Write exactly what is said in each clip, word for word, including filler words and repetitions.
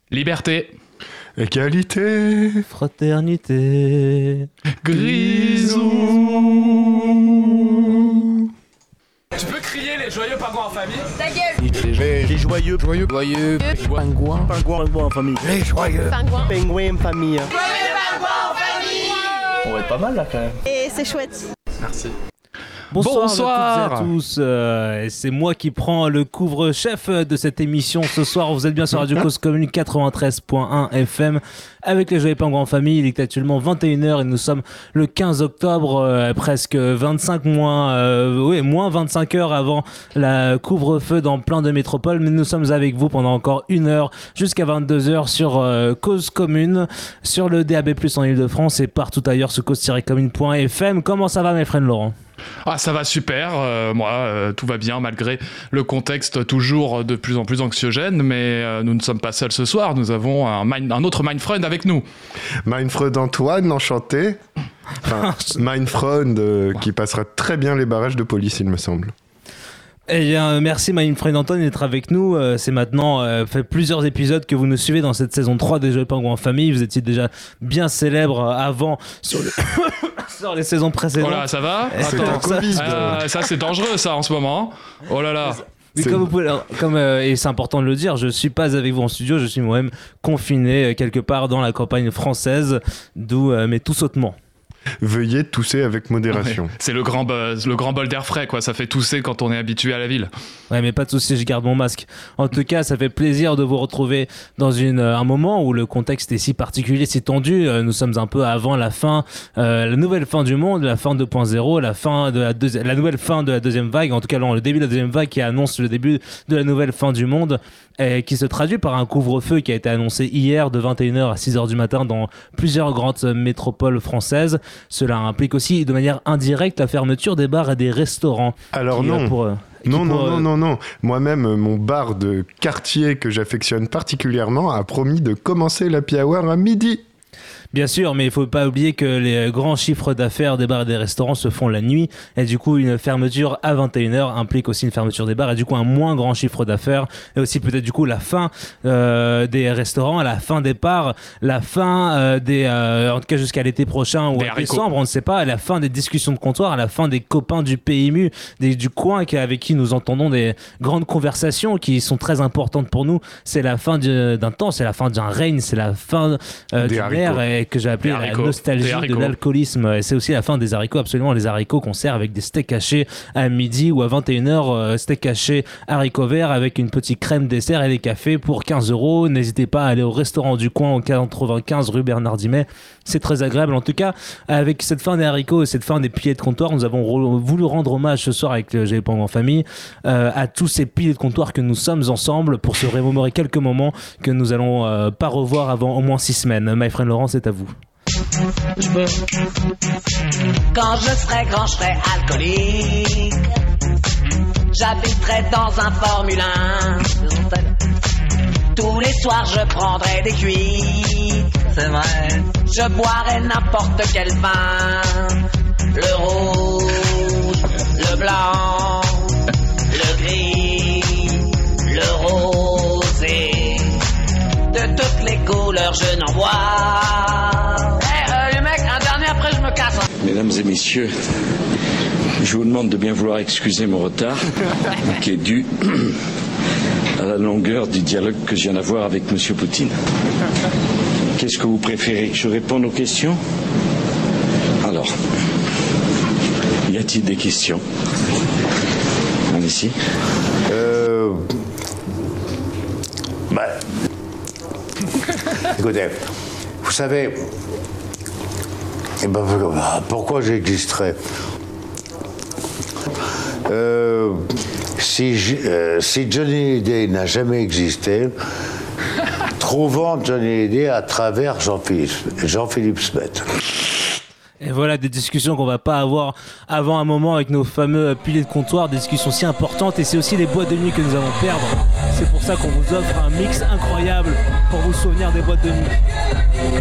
Liberté. Égalité. Fraternité. Grisou. Tu peux crier les joyeux pingouins en famille? Ta gueule. Les, les joyeux, joyeux, joyeux, Pingouin. pingouins, pingouins en famille. Les joyeux, Pingouin. pingouins en famille. Joyeux pingouins en famille. On va être pas mal là quand même. Et c'est chouette. Merci. Bonsoir, Bonsoir. à toutes et à tous. Euh, et c'est moi qui prends le couvre-chef de cette émission ce soir. Vous êtes bien sur Radio Cause Commune quatre-vingt-treize point un F M avec les Joyeux Pingouins en famille. Il est actuellement vingt et une heures et nous sommes le quinze octobre, euh, presque vingt-cinq moins, euh, oui, moins vingt-cinq heures avant la couvre-feu dans plein de métropoles. Mais nous sommes avec vous pendant encore une heure jusqu'à vingt-deux heures sur euh, Cause Commune, sur le D A B plus, en Ile-de-France et partout ailleurs sur cause tiret commune point F M. Comment ça va, mes frères Laurent? Ah, ça va super, euh, moi, euh, tout va bien malgré le contexte toujours de plus en plus anxiogène, mais euh, nous ne sommes pas seuls ce soir, nous avons un, mind, un autre Mindfriend avec nous. Mindfreund Antoine, enchanté. Enfin, Mindfreund euh, qui passera très bien les barrages de police, il me semble. Eh bien, merci Mindfriend Antoine d'être avec nous. Euh, c'est maintenant euh, fait plusieurs épisodes que vous nous suivez dans cette saison trois des Joyeux Pingouins en famille. Vous étiez déjà bien célèbre avant sur, le... sur les saisons précédentes. Oh là, ça va? C'est Attends, un Covid. ça, euh, ça c'est dangereux ça en ce moment. Oh là là. Oui, comme vous pouvez, comme, euh, et c'est important de le dire, je suis pas avec vous en studio, je suis moi-même confiné euh, quelque part dans la campagne française, d'où euh, mes tout sautements. Veuillez tousser avec modération. Ouais. C'est le grand, buzz, le grand bol d'air frais, quoi. Ça fait tousser quand on est habitué à la ville. Ouais, mais pas de soucis, je garde mon masque. En tout cas, ça fait plaisir de vous retrouver dans une, un moment où le contexte est si particulier, si tendu. Nous sommes un peu avant la fin, euh, la nouvelle fin du monde, la fin deux point zéro, la fin de la deuxième, la nouvelle fin de la deuxième vague. En tout cas, non, le début de la deuxième vague qui annonce le début de la nouvelle fin du monde. Et qui se traduit par un couvre-feu qui a été annoncé hier de vingt et une heures à six heures du matin dans plusieurs grandes métropoles françaises. Cela implique aussi de manière indirecte la fermeture des bars et des restaurants. Alors qui, non. euh, pour, euh, Non, non, pour, non, non, non. Moi-même, mon bar de quartier que j'affectionne particulièrement a promis de commencer l'happy hour à midi. Bien sûr, mais il ne faut pas oublier que les grands chiffres d'affaires des bars et des restaurants se font la nuit. Et du coup, une fermeture à vingt et une heures implique aussi une fermeture des bars et du coup un moins grand chiffre d'affaires. Et aussi peut-être du coup la fin euh, des restaurants, la fin des bars, la fin euh, des... Euh, en tout cas jusqu'à l'été prochain ou des en haricots. décembre, on ne sait pas. La fin des discussions de comptoir, la fin des copains du P M U, des, du coin avec qui nous entendons des grandes conversations qui sont très importantes pour nous. C'est la fin du, d'un temps, c'est la fin d'un règne, c'est la fin euh, d'une ère et que j'ai appelé la nostalgie de l'alcoolisme. Et c'est aussi la fin des haricots, absolument, les haricots qu'on sert avec des steaks hachés à midi ou à vingt et une heures, euh, steak haché, haricots verts avec une petite crème dessert et des cafés pour quinze euros. N'hésitez pas à aller au restaurant du coin au quatre-vingt-quinze rue Bernard Dimet. C'est très agréable. En tout cas, avec cette fin des haricots et cette fin des piliers de comptoir, nous avons re- voulu rendre hommage ce soir avec le Joyeux Pingouins en famille euh, à tous ces piliers de comptoir que nous sommes ensemble pour se remémorer quelques moments que nous allons euh, pas revoir avant au moins six semaines. My friend Laurent, c'est à vous. Je veux. Quand je serai grand, je serai alcoolique. J'habiterai dans un Formule un. Tous les soirs, je prendrai des cuites. C'est vrai. Je boirai n'importe quel vin. Le rouge, le blanc, le gris, le rosé. De toutes les couleurs, je n'en bois. Mesdames et messieurs, je vous demande de bien vouloir excuser mon retard, qui est dû à la longueur du dialogue que je viens d'avoir avec M. Poutine. Qu'est-ce que vous préférez, que je réponde aux questions? Alors, y a-t-il des questions? Ici. Euh... Bah... Écoutez, vous savez... Eh ben, pourquoi j'existerais? euh, si, euh, si Johnny Hallyday n'a jamais existé, trouvons Johnny Hallyday à travers Jean-Philippe, Jean-Philippe Smet. Et voilà des discussions qu'on va pas avoir avant un moment avec nos fameux piliers de comptoir, des discussions si importantes, et c'est aussi les boîtes de nuit que nous allons perdre. C'est pour ça qu'on vous offre un mix incroyable pour vous souvenir des boîtes de nuit.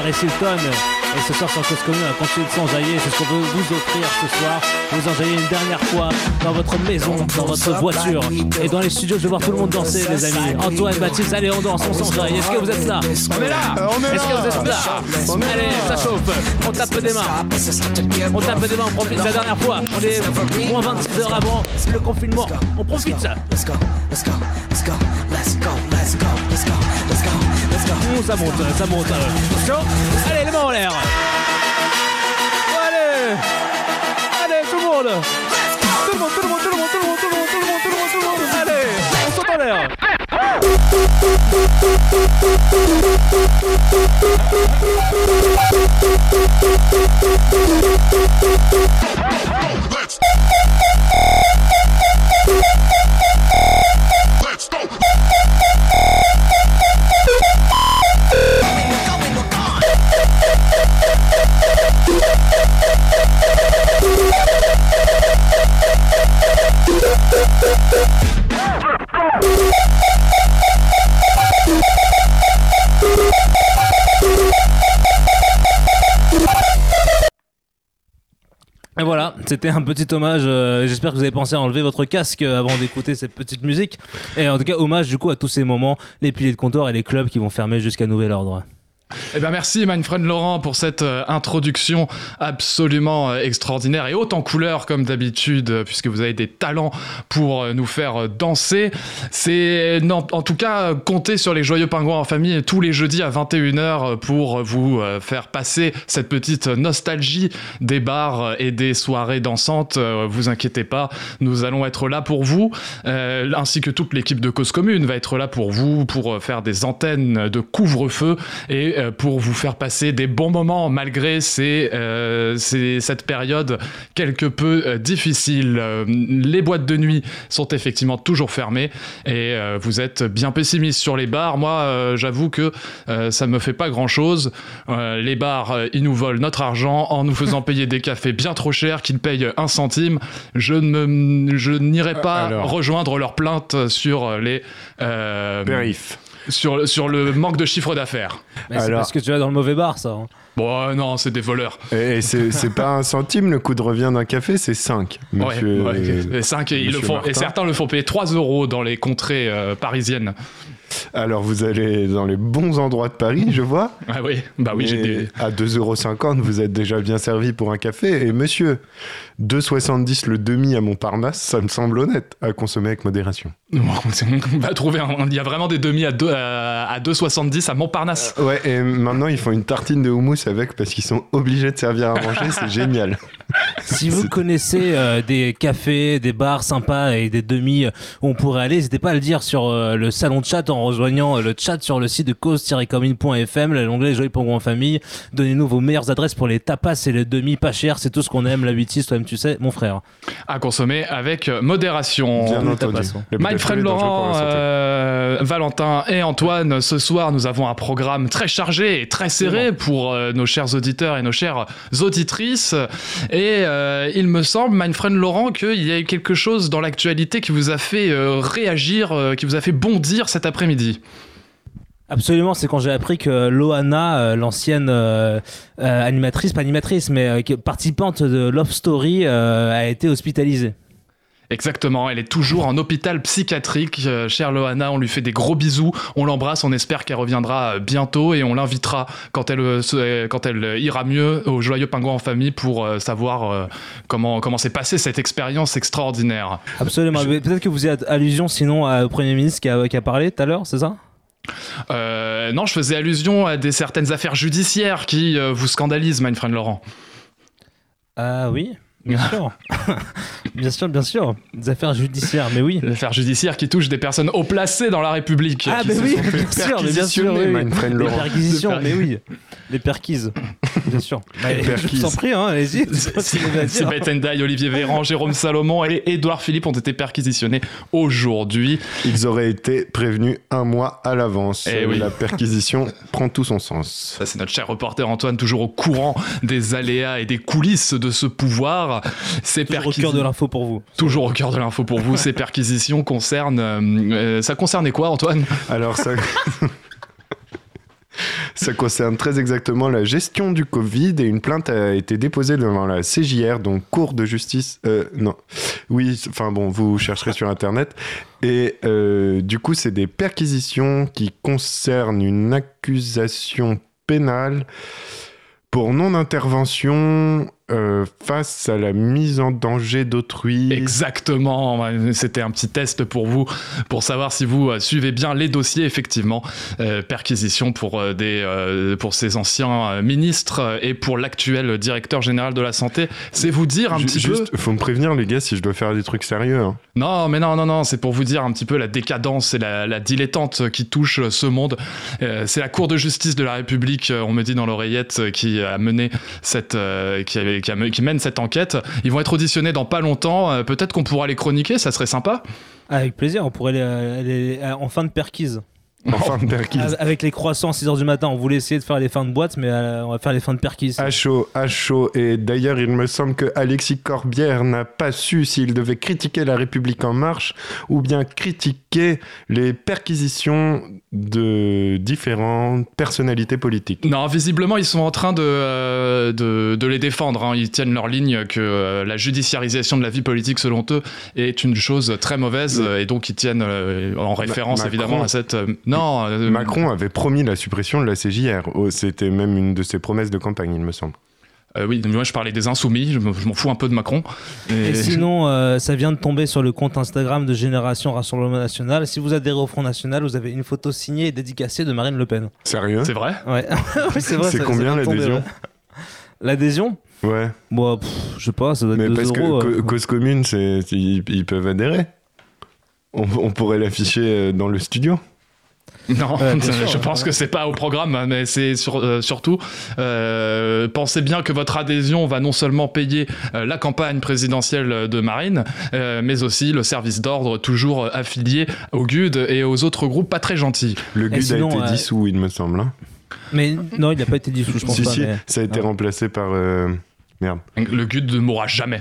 Paris Hilton. Et ce soir sur Cause Commune, on va continuer de s'enjailler. C'est ce qu'on veut vous offrir ce soir. Vous enjailler une dernière fois dans votre maison, dans votre voiture et dans les studios. Je vais voir tout le monde danser, les amis. Antoine, Baptiste, allez, on danse, on s'enjaille. Est-ce que vous êtes là? On est là. On est Est-ce que vous êtes là? On est Allez, là. ça chauffe. On tape des mains. On tape des mains, on profite de la dernière fois. On est moins vingt-six heures avant le confinement. On profite. Let's go, let's go, let's go, let's go, let's go, let's go, let's go, let's go. Ouh, ça monte, ça monte. Attention. Allez, les mains en l'air. Allez. Allez, tout le monde. Tout le monde, tout le monde, tout le monde, tout le monde, tout le monde, tout le monde, tout le monde, tout le monde. Allez, on saute en l'air. Et voilà, c'était un petit hommage. Euh, j'espère que vous avez pensé à enlever votre casque avant d'écouter cette petite musique. Et en tout cas, hommage du coup à tous ces moments, les piliers de comptoir et les clubs qui vont fermer jusqu'à nouvel ordre. Eh ben merci Mindfriend Laurent pour cette euh, introduction absolument euh, extraordinaire et haute en couleur comme d'habitude euh, puisque vous avez des talents pour euh, nous faire euh, danser. C'est non, en tout cas euh, comptez sur les Joyeux Pingouins en famille tous les jeudis à vingt et une heures pour vous euh, faire passer cette petite nostalgie des bars euh, et des soirées dansantes. Euh, vous inquiétez pas, nous allons être là pour vous euh, ainsi que toute l'équipe de Cause Commune va être là pour vous pour euh, faire des antennes de couvre-feu et pour vous faire passer des bons moments malgré ces, euh, ces, cette période quelque peu euh, difficile. Euh, les boîtes de nuit sont effectivement toujours fermées et euh, vous êtes bien pessimiste sur les bars. Moi, euh, j'avoue que euh, ça me fait pas grand-chose. Euh, les bars, euh, ils nous volent notre argent en nous faisant payer des cafés bien trop chers qu'ils payent un centime. Je, ne me, je n'irai pas Alors. rejoindre leur plainte sur les... Euh, Périph. Sur, sur le manque de chiffre d'affaires. Mais c'est Alors- parce que tu vas dans le mauvais bar, ça. hein. Bon, euh, non, c'est des voleurs. Et c'est, c'est pas un centime, le coût de revient d'un café, c'est cinq. Monsieur, ouais, ouais. Et, cinq, et, ils le Monsieur font, Martin. et certains le font payer trois euros dans les contrées euh, parisiennes. Alors, vous allez dans les bons endroits de Paris, je vois. Ah oui, bah oui, Et j'ai des... à deux euros cinquante, vous êtes déjà bien servi pour un café. Et monsieur, deux euros soixante-dix le demi à Montparnasse, ça me semble honnête, à consommer avec modération. On va trouver un... Il y a vraiment des demi à deux à, à deux euros soixante-dix à Montparnasse. Ouais, et maintenant, ils font une tartine de houmous avec parce qu'ils sont obligés de servir à manger, c'est génial. Si vous connaissez euh, des cafés, des bars sympas et des demi où on pourrait aller, n'hésitez pas à le dire sur euh, le salon de chat en rejoignant euh, le chat sur le site de cause tiret commune point f m, l'onglet Joyeux Pingouins en famille. Donnez-nous vos meilleures adresses pour les tapas et les demi pas chers, c'est tout ce qu'on aime, la huit six, toi-même tu sais, mon frère. À consommer avec modération. Bien le entendu. tapas, hein. Le My pétrole friend est dangereux pour Laurent, la santé. euh, Valentin et Antoine, ce soir nous avons un programme très chargé et très serré pour euh, nos chers auditeurs et nos chères auditrices. Et euh, il me semble, my friend Laurent, qu'il y a eu quelque chose dans l'actualité qui vous a fait euh, réagir, euh, qui vous a fait bondir cet après-midi. Absolument, c'est quand j'ai appris que Loana, euh, l'ancienne euh, euh, animatrice, pas animatrice, mais euh, qui- participante de Love Story, euh, a été hospitalisée. Exactement, elle est toujours en hôpital psychiatrique. Euh, chère Loana, on lui fait des gros bisous, on l'embrasse, on espère qu'elle reviendra euh, bientôt et on l'invitera quand elle, euh, se- quand elle euh, ira mieux au Joyeux Pingouins en famille pour euh, savoir euh, comment, comment s'est passée cette expérience extraordinaire. Absolument. Mais peut-être que vous y êtes allusion sinon à- au Premier ministre qui a, qui a parlé tout à l'heure, c'est ça? Euh, non, je faisais allusion à des certaines affaires judiciaires qui euh, vous scandalisent, my friend Laurent. Ah oui, bien sûr. bien sûr, bien sûr. Des affaires judiciaires, mais oui. Des affaires judiciaires qui touchent des personnes haut placées dans la République. Ah, qui mais se oui, sont fait bien sûr, mais bien sûr. perquisitionner, Oui, oui. my friend Les Laurent. perquisitions, De per- mais oui. Les perquises, bien sûr. Bah, je perquises. vous en prie, hein, allez-y. C'est pas ce qu'il y avait à dire. Sylvette Ndiaye, Olivier Véran, Jérôme Salomon et Édouard Philippe ont été perquisitionnés aujourd'hui. Ils auraient été prévenus un mois à l'avance. Eh oui. La perquisition prend tout son sens. Ça, c'est notre cher reporter Antoine, toujours au courant des aléas et des coulisses de ce pouvoir. Ces Toujours au perquisi- cœur de l'info pour vous. Toujours au cœur de l'info pour vous. Ces perquisitions concernent. euh, euh, ça concernait quoi, Antoine? Alors ça... Ça concerne très exactement la gestion du Covid et une plainte a été déposée devant la C J R, donc Cour de justice. Euh, non, oui, enfin bon, vous chercherez sur Internet. Et euh, du coup, c'est des perquisitions qui concernent une accusation pénale pour non-intervention euh, face à la mise en danger d'autrui. Exactement, c'était un petit test pour vous, pour savoir si vous euh, suivez bien les dossiers, effectivement. Euh, perquisition pour, euh, des, euh, pour ces anciens euh, ministres et pour l'actuel directeur général de la santé. C'est vous dire un Ju- petit juste, peu... faut me prévenir les gars si je dois faire des trucs sérieux. Hein. Non, mais non, non, non, c'est pour vous dire un petit peu la décadence et la, la dilettante qui touche ce monde. Euh, c'est la Cour de justice de la République, on me dit dans l'oreillette, qui a mené cette... Euh, qui avait Qui, a, qui mène cette enquête. Ils vont être auditionnés dans pas longtemps. Euh, peut-être qu'on pourra les chroniquer, ça serait sympa. Avec plaisir, on pourrait les, les- en fin de perquise. Enfin, de perquise. Avec les croissants à six heures du matin, on voulait essayer de faire les fins de boîte, mais euh, on va faire les fins de perquise. À chaud, à chaud. Et d'ailleurs, il me semble que Alexis Corbière n'a pas su s'il devait critiquer La République En Marche ou bien critiquer les perquisitions de différentes personnalités politiques. Non, visiblement, ils sont en train de, euh, de, de les défendre. Hein. Ils tiennent leur ligne que euh, la judiciarisation de la vie politique, selon eux, est une chose très mauvaise. Oui. Et donc, ils tiennent euh, en référence, Macron. évidemment, à cette... euh, non, euh, Macron avait promis la suppression de la C J R. Oh, c'était même une de ses promesses de campagne, il me semble. euh, oui, moi, je parlais des insoumis. Je me- je m'en fous un peu de Macron. Et sinon, euh, ça vient de tomber sur le compte Instagram de Génération Rassemblement National. Si vous adhérez au Front National, vous avez une photo signée et dédicacée de Marine Le Pen. Sérieux ? C'est vrai ? Ouais, oui, c'est vrai. C'est ça- combien, ça vient de tomber, l'adhésion ouais. L'adhésion Ouais. Bon, pff, je sais pas, ça doit être Mais deux parce que euros. co- euh. cause commune, c'est, ils, ils peuvent adhérer. On, on pourrait l'afficher euh, dans le studio. Non, Ouais, bien sûr, je ouais. pense que c'est pas au programme, mais c'est sur, euh, surtout euh, pensez bien que votre adhésion va non seulement payer euh, la campagne présidentielle de Marine, euh, mais aussi le service d'ordre toujours euh, affilié au G U D et aux autres groupes pas très gentils. Le G U D sinon, a été euh, dissous, il me semble. Hein. Mais non, il n'a pas été dissous, je pense si, pas. si, mais- ça a été Ah. remplacé par... euh, Merde. Le G U D ne mourra jamais.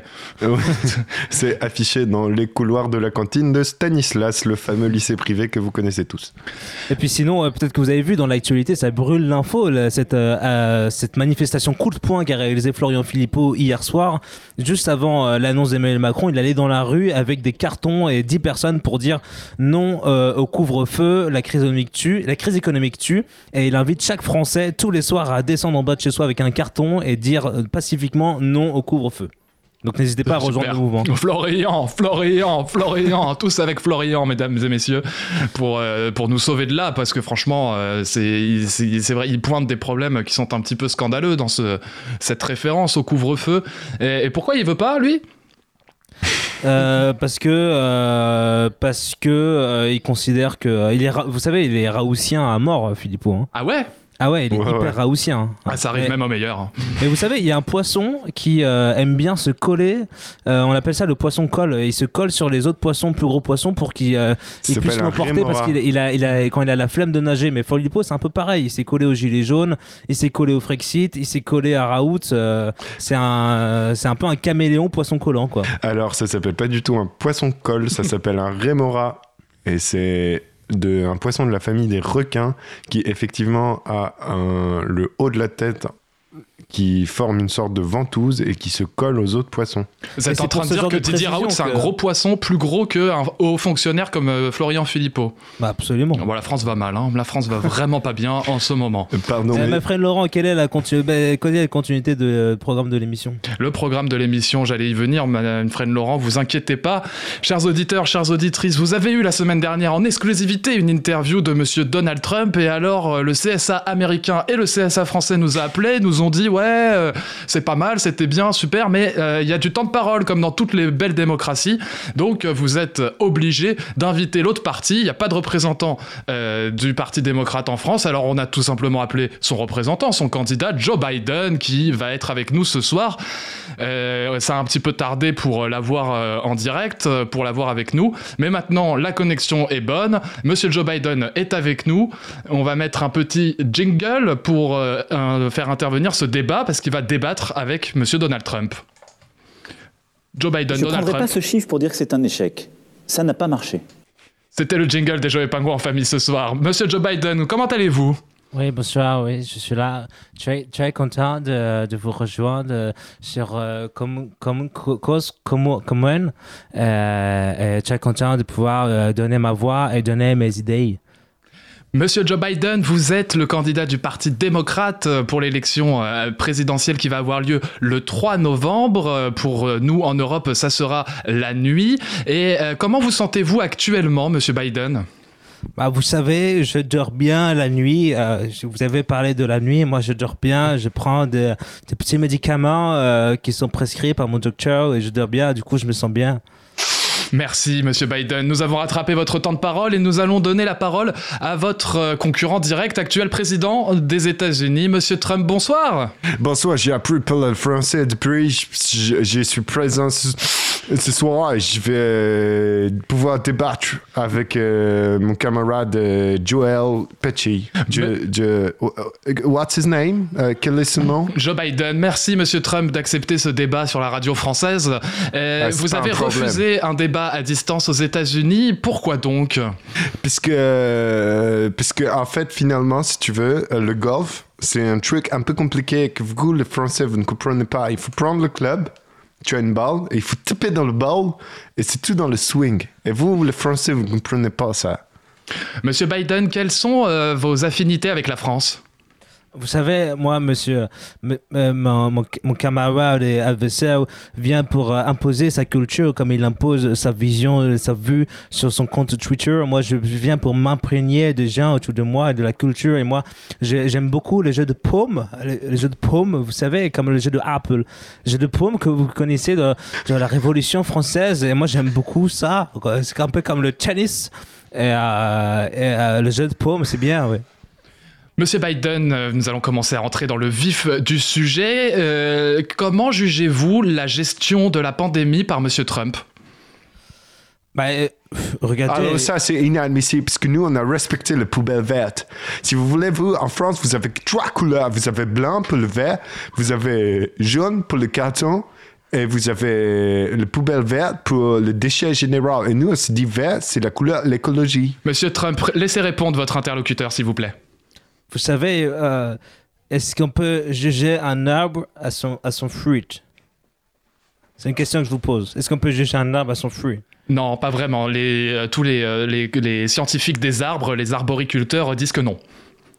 C'est affiché dans les couloirs de la cantine de Stanislas, le fameux lycée privé que vous connaissez tous. Et puis sinon, euh, peut-être que vous avez vu dans l'actualité, ça brûle l'info, là, cette, euh, euh, cette manifestation coup de poing qu'a réalisé Florian Philippot hier soir. Juste avant euh, l'annonce d'Emmanuel Macron, il allait dans la rue avec des cartons et dix personnes pour dire non euh, au couvre-feu, la crise économique tue, la crise économique tue. Et il invite chaque Français tous les soirs à descendre en bas de chez soi avec un carton et dire euh, pacifiquement non au couvre-feu. Donc n'hésitez pas à rejoindre Super. le mouvement. Florian, Florian, Florian, tous avec Florian, mesdames et messieurs, pour, euh, pour nous sauver de là, parce que franchement, euh, c'est, c'est, c'est vrai, il pointe des problèmes qui sont un petit peu scandaleux dans ce, cette référence au couvre-feu. Et, et pourquoi il veut pas, lui ? Euh, parce que euh, parce que euh, il considère que euh, il est ra- vous savez il est raoutien à mort, Philippot, hein. Ah ouais ? Ah ouais, il est Ouais, hyper ouais. raoutien, hein. Ah, ça arrive Mais- même au meilleur. hein. Et vous savez, il y a un poisson qui euh, aime bien se coller. euh, on appelle ça le poisson colle. Il se colle sur les autres poissons, plus gros poissons, pour qu'il euh, il Ça puisse s'appelle un l'emporter parce rémora. qu'il il a, il a, quand il a la flemme de nager. Mais Philippot, c'est un peu pareil. Il s'est collé au gilet jaune, il s'est collé au Frexit, il s'est collé à Raoult. euh, c'est un, c'est un peu un caméléon poisson collant, quoi. Alors, ça s'appelle pas du tout un poisson-colle, ça s'appelle un rémora. Et c'est de, un poisson de la famille des requins qui, effectivement, a un- le haut de la tête qui forme une sorte de ventouse et qui se colle aux autres poissons. Vous êtes c'est en train pour de ce dire genre que de Didier Raoult, c'est un précision que- gros poisson plus gros qu'un haut fonctionnaire comme euh, Florian Philippot. Bah absolument. Bon, la France va mal, hein. La France va vraiment pas bien en ce moment. Euh, Pardon, Euh, mais Ma frère Laurent, quelle est la, continu- bah, quelle est la continuité de euh, programme de l'émission? Le programme de l'émission, j'allais y venir, madame Fred Laurent, vous inquiétez pas. Chers auditeurs, chères auditrices, vous avez eu la semaine dernière en exclusivité une interview de monsieur Donald Trump, et alors euh, le C S A américain et le C S A français nous a appelés, nous ont dit ouais, euh, c'est pas mal, c'était bien, super, mais euh, il y a du temps de parole comme dans toutes les belles démocraties, donc euh, vous êtes obligés d'inviter l'autre parti. Il n'y a pas de représentant euh, du Parti démocrate en France, alors on a tout simplement appelé son représentant, son candidat Joe Biden, qui va être avec nous ce soir. Euh, ça a un petit peu tardé pour l'avoir euh, en direct, euh, pour l'avoir avec nous, mais maintenant la connexion est bonne. Monsieur Joe Biden est avec nous. On va mettre un petit jingle pour euh, un- faire intervenir ce débat, parce qu'il va débattre avec monsieur Donald Trump. Joe Biden, Je ne Donald prendrai Trump. pas ce chiffre pour dire que c'est un échec. Ça n'a pas marché. C'était le jingle des Joe et Pingouins en famille ce soir. Monsieur Joe Biden, comment allez-vous ? Oui, bonsoir, oui, je suis là. Très, très content de, de vous rejoindre sur euh, comme, comme, cause commun, commune. Euh, et très content de pouvoir euh, donner ma voix et donner mes idées. Monsieur Joe Biden, vous êtes le candidat du Parti démocrate pour l'élection présidentielle qui va avoir lieu le trois novembre. Pour nous, en Europe, ça sera la nuit. Et comment vous sentez-vous actuellement, Monsieur Biden ? Bah, vous savez, je dors bien la nuit. Euh, vous avez parlé de la nuit. Moi, je dors bien. Je prends des, des petits médicaments euh, qui sont prescrits par mon docteur et je dors bien. Du coup, je me sens bien. Merci, Monsieur Biden. Nous avons rattrapé votre temps de parole et nous allons donner la parole à votre concurrent direct, actuel président des États-Unis, Monsieur Trump. Bonsoir. Bonsoir, j'ai appris le français depuis. Je, je suis présent ce, ce soir et je vais pouvoir débattre avec euh, mon camarade euh, Joel Pesci. Je, Mais... je, what's his name? Uh, quel est son nom? Joe Biden. Merci, Monsieur Trump, d'accepter ce débat sur la radio française. Euh, ah, vous avez un refusé un débat à distance aux États-Unis. Pourquoi donc? Puisque, euh, puisque, en fait, finalement, si tu veux, le golf, c'est un truc un peu compliqué que vous, les Français, vous ne comprenez pas. Il faut prendre le club, tu as une balle, et il faut taper dans le ball, et c'est tout dans le swing. Et vous, les Français, vous ne comprenez pas ça. Monsieur Biden, quelles sont euh, vos affinités avec la France? Vous savez, moi, monsieur, m- m- mon, mon, mon camarade et adversaire vient pour euh, imposer sa culture comme il impose sa vision, sa vue sur son compte Twitter. Moi, je viens pour m'imprégner des gens autour de moi et de la culture. Et moi, j'aime beaucoup les jeux de paume. Les, les jeux de paume, vous savez, comme le jeu de Apple. Les jeux de paume que vous connaissez de, de la Révolution française. Et moi, j'aime beaucoup ça. C'est un peu comme le tennis. Et, euh, et euh, le jeu de paume, c'est bien, oui. Monsieur Biden, nous allons commencer à rentrer dans le vif du sujet. Euh, comment jugez-vous la gestion de la pandémie par Monsieur Trump? Bah, euh, regardez... Alors ça, c'est inadmissible parce que nous, on a respecté la poubelle verte. Si vous voulez, vous, en France, vous avez trois couleurs. Vous avez blanc pour le vert, vous avez jaune pour le carton et vous avez le poubelle verte pour le déchet général. Et nous, on se dit vert, c'est la couleur l'écologie. Monsieur Trump, laissez répondre votre interlocuteur, s'il vous plaît. Vous savez, euh, est-ce qu'on peut juger un arbre à son, à son fruit? C'est une question que je vous pose. Est-ce qu'on peut juger un arbre à son fruit? Non, pas vraiment. Les, euh, tous les, euh, les, les scientifiques des arbres, les arboriculteurs disent que non.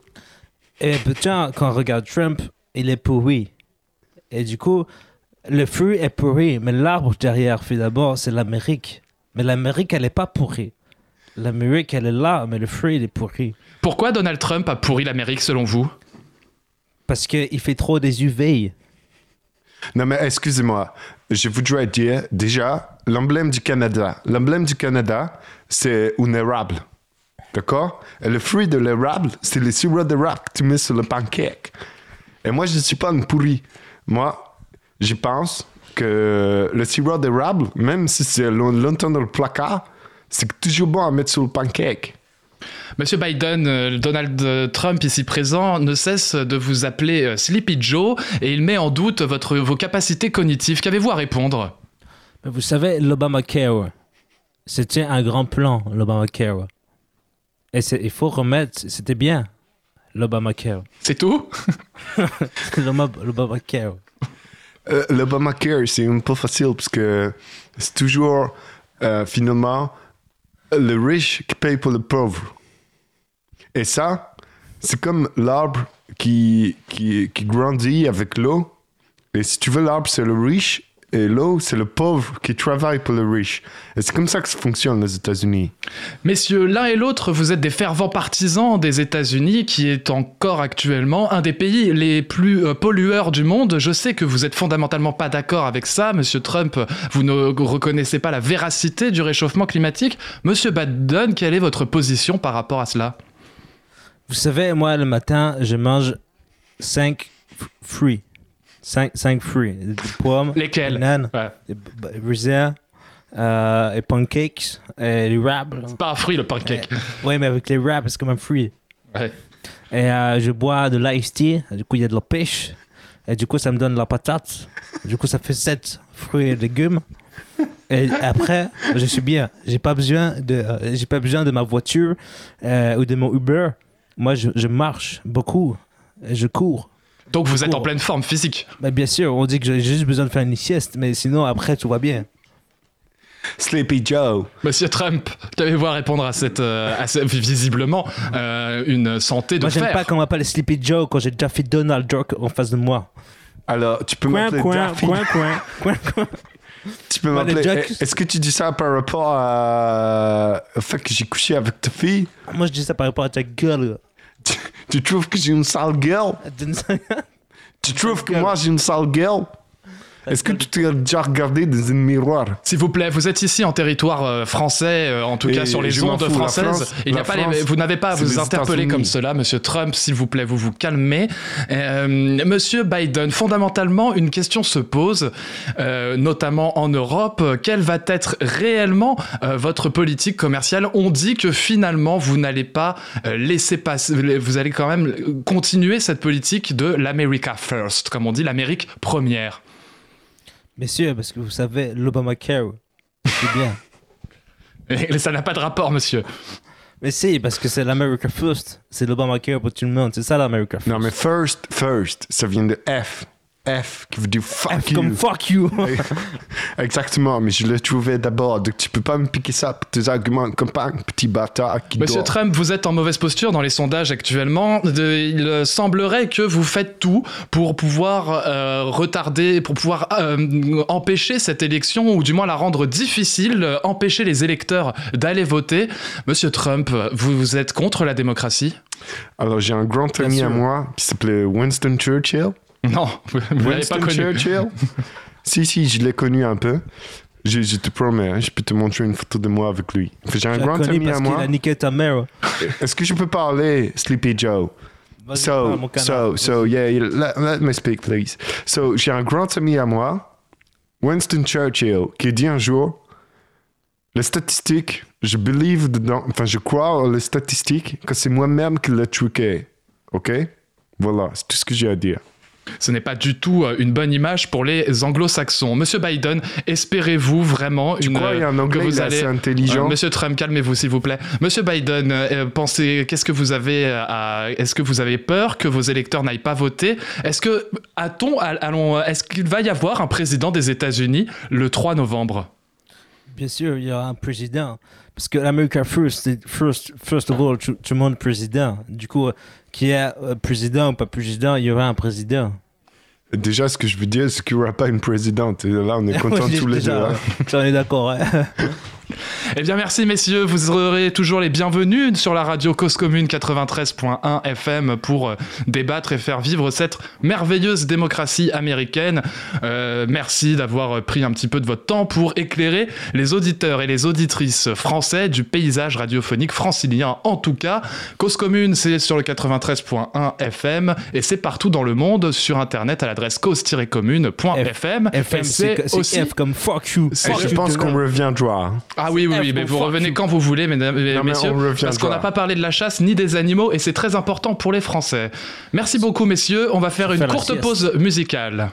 Et putain, quand on regarde Trump, il est pourri. Et du coup, le fruit est pourri, mais l'arbre derrière, d'abord, c'est l'Amérique. Mais l'Amérique, elle n'est pas pourrie. L'Amérique, elle est là, mais le fruit, il est pourri. Pourquoi Donald Trump a pourri l'Amérique, selon vous? Parce qu'il fait trop des U V. Non, mais excusez-moi. Je voudrais dire, déjà, l'emblème du Canada. L'emblème du Canada, c'est un érable. D'accord? Et le fruit de l'érable, c'est le sirop d'érable que tu mets sur le pancake. Et moi, je ne suis pas une pourrie. Moi, je pense que le sirop d'érable, même si c'est longtemps dans le placard, c'est toujours bon à mettre sur le pancake. Monsieur Biden, euh, Donald Trump, ici présent, ne cesse de vous appeler euh, Sleepy Joe et il met en doute votre, vos capacités cognitives. Qu'avez-vous à répondre? Vous savez, l'Obamacare, c'était un grand plan, l'Obamacare. Et il faut remettre, c'était bien, l'Obamacare. C'est tout? L'Obamacare. Euh, L'Obamacare, c'est un peu facile parce que c'est toujours, euh, finalement, le riche qui paye pour le pauvre. Et ça, c'est comme l'arbre qui, qui, qui grandit avec l'eau. Et si tu veux, l'arbre, c'est le riche. Et l'eau, c'est le pauvre qui travaille pour le riche. Et c'est comme ça que ça fonctionne aux États-Unis. Messieurs, l'un et l'autre, vous êtes des fervents partisans des États-Unis, qui est encore actuellement un des pays les plus euh, pollueurs du monde. Je sais que vous êtes fondamentalement pas d'accord avec ça, Monsieur Trump. Vous ne reconnaissez pas la véracité du réchauffement climatique. Monsieur Biden, quelle est votre position par rapport à cela? Vous savez, moi, le matin, je mange cinq fruits. Cinq, cinq fruits. Des pommes. Lesquels? Bananes, ouais. des raisins, euh, et pancakes, et les wraps. C'est pas un fruit, le pancake. Oui, mais avec les wraps, c'est comme un fruit. Ouais. Et euh, je bois de l'ice tea. Du coup, il y a de la pêche. Et du coup, ça me donne de la patate. Du coup, ça fait sept fruits et légumes. Et après, je suis bien. J'ai pas besoin de, euh, j'ai pas besoin de ma voiture euh, ou de mon Uber. Moi, je, je marche beaucoup. Et je cours. Donc vous je êtes cours. en pleine forme physique. Bah, bien sûr, on dit que j'ai juste besoin de faire une sieste, mais sinon, après, tout va bien. Sleepy Joe. Monsieur Trump, qu'avez-vous à répondre à cette, euh, à cette visiblement, euh, une santé de Moi, j'aime fer. pas quand on m'appelle Sleepy Joe quand j'ai déjà fait Donald Duck en face de moi. Alors, tu peux Coin, m'appeler coin, Daffy. coin, coin, coin, coin. Tu peux Ouais, m'appeler. les Jacks. Est-ce que tu dis ça par rapport à... au fait que j'ai couché avec ta fille? Moi, je dis ça par rapport à ta gueule. Tu, tu trouves que j'ai une sale gueule? Tu trouves que moi j'ai une sale gueule? Est-ce que tu t'es déjà regardé dans un miroir? S'il vous plaît, vous êtes ici en territoire euh, français, euh, en tout Et cas sur les je m'en ondes fous, la françaises. France- Il n'y a la pas les- France, vous n'avez pas à c'est vous les interpeller États-Unis. comme cela, Monsieur Trump. S'il vous plaît, vous vous calmez. Euh, Monsieur Biden, fondamentalement, une question se pose, euh, notamment en Europe. Quelle va être réellement euh, votre politique commerciale? On dit que finalement, vous n'allez pas euh, laisser passer, vous allez quand même continuer cette politique de l'America First, comme on dit, l'Amérique première. Messieurs, parce que vous savez, l'Obamacare, c'est bien. Et ça n'a pas de rapport, monsieur. Mais si, parce que c'est l'America First. C'est l'Obamacare pour tout le monde. C'est ça l'America First. Non, mais first, first, ça vient de F. F qui veut dire fuck F you. comme fuck you. Exactement, mais je le trouvais d'abord. Donc tu peux pas me piquer ça pour tes arguments comme pas un petit bâtard qui Monsieur dort. Trump, vous êtes en mauvaise posture dans les sondages actuellement. De- il semblerait que vous faites tout pour pouvoir euh, retarder, pour pouvoir euh, empêcher cette élection, ou du moins la rendre difficile, euh, empêcher les électeurs d'aller voter. Monsieur Trump, vous, vous êtes contre la démocratie? Alors j'ai un grand Bien ami sûr. à moi qui s'appelait Winston Churchill. Non, vous ne l'avez Winston pas connu. Churchill. Si, si, je l'ai connu un peu. Je, je te promets, hein, je peux te montrer une photo de moi avec lui. Enfin, j'ai un Je la grand connais ami à parce qu'il moi. a niqué ta mère. Est-ce que je peux parler, Sleepy Joe? Vas-y, parle, So, mon canard. so, so, yeah, let, let me speak, please. So, j'ai un grand ami à moi, Winston Churchill, qui dit un jour, les statistiques, je believe dedans, enfin, je crois aux les statistiques que c'est moi-même qui l'ai truqué. OK? Voilà, c'est tout ce que j'ai à dire. Ce n'est pas du tout euh, une bonne image pour les anglo-saxons. Monsieur Biden, espérez-vous vraiment Tu une, crois qu'il y a un que anglais vous il est allez... assez intelligent? Euh, Monsieur Trump, calmez-vous s'il vous plaît. Monsieur Biden, euh, pensez, qu'est-ce que vous avez à... Est-ce que vous avez peur que vos électeurs n'aillent pas voter? Est-ce que, a-t-on, allons, est-ce qu'il va y avoir un président des États-Unis le trois novembre? Bien sûr, il y aura un président. Parce que l'America First, c'est first, first of all, tout, tout le monde président. Du coup, euh, qu'il y ait euh, président ou pas président, il y aura un président. Déjà, ce que je veux dire, c'est qu'il n'y aura pas une présidente. Et là, on est contents Ouais, tous les déjà, deux. hein. ouais. On est d'accord. hein. Eh bien, merci messieurs. Vous serez toujours les bienvenus sur la radio Cause Commune quatre-vingt-treize point un F M pour euh, débattre et faire vivre cette merveilleuse démocratie américaine. Euh, merci d'avoir pris un petit peu de votre temps pour éclairer les auditeurs et les auditrices français du paysage radiophonique francilien. En tout cas, Cause Commune, c'est sur le quatre-vingt-treize point un F M et c'est partout dans le monde sur Internet à l'adresse cause tiret commune point F M. F M, Et c'est c'est aussi... F comme fuck you. Et Fuck je you pense to qu'on them. reviendra. Ah oui, oui, oui, F mais comme vous fuck revenez you. quand vous voulez, mesdames et Non, mais messieurs, on reviendra. parce qu'on n'a pas parlé de la chasse ni des animaux, et c'est très important pour les Français. Merci beaucoup, messieurs. On va faire une faire la courte sieste. pause musicale.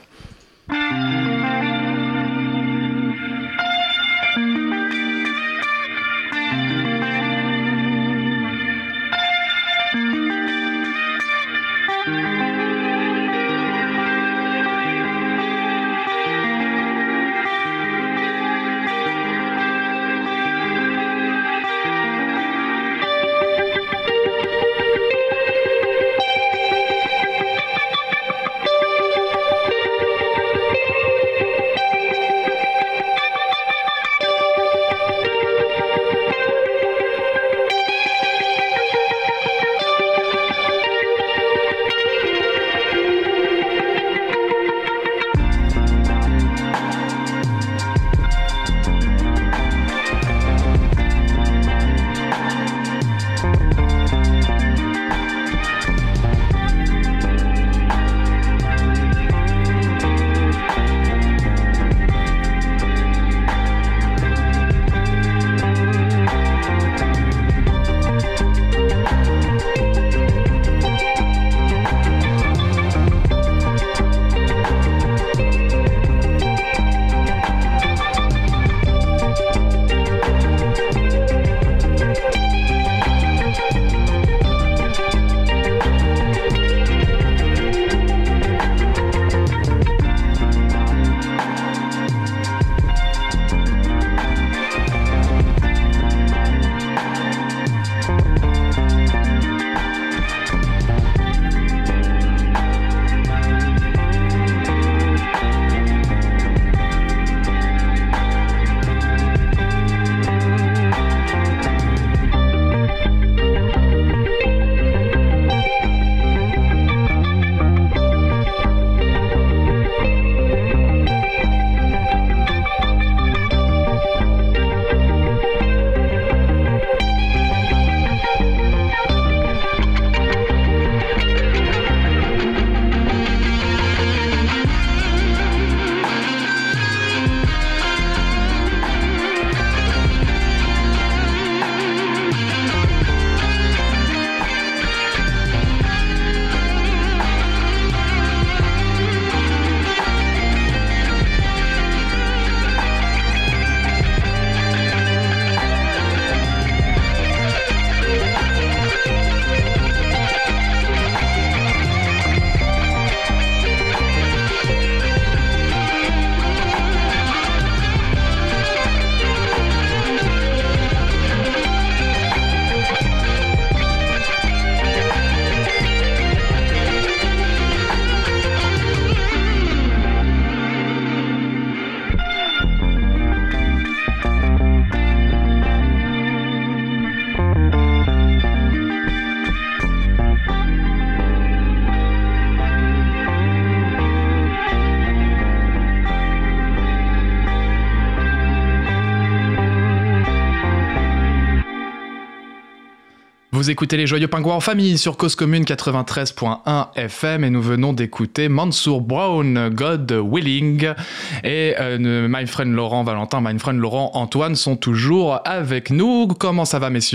Vous écoutez les Joyeux Pingouins en famille sur Cause Commune quatre-vingt-treize point un F M et nous venons d'écouter Mansour Brown, God Willing. Et euh, my friend Laurent Valentin, my friend Laurent Antoine sont toujours avec nous. Comment ça va, messieurs ?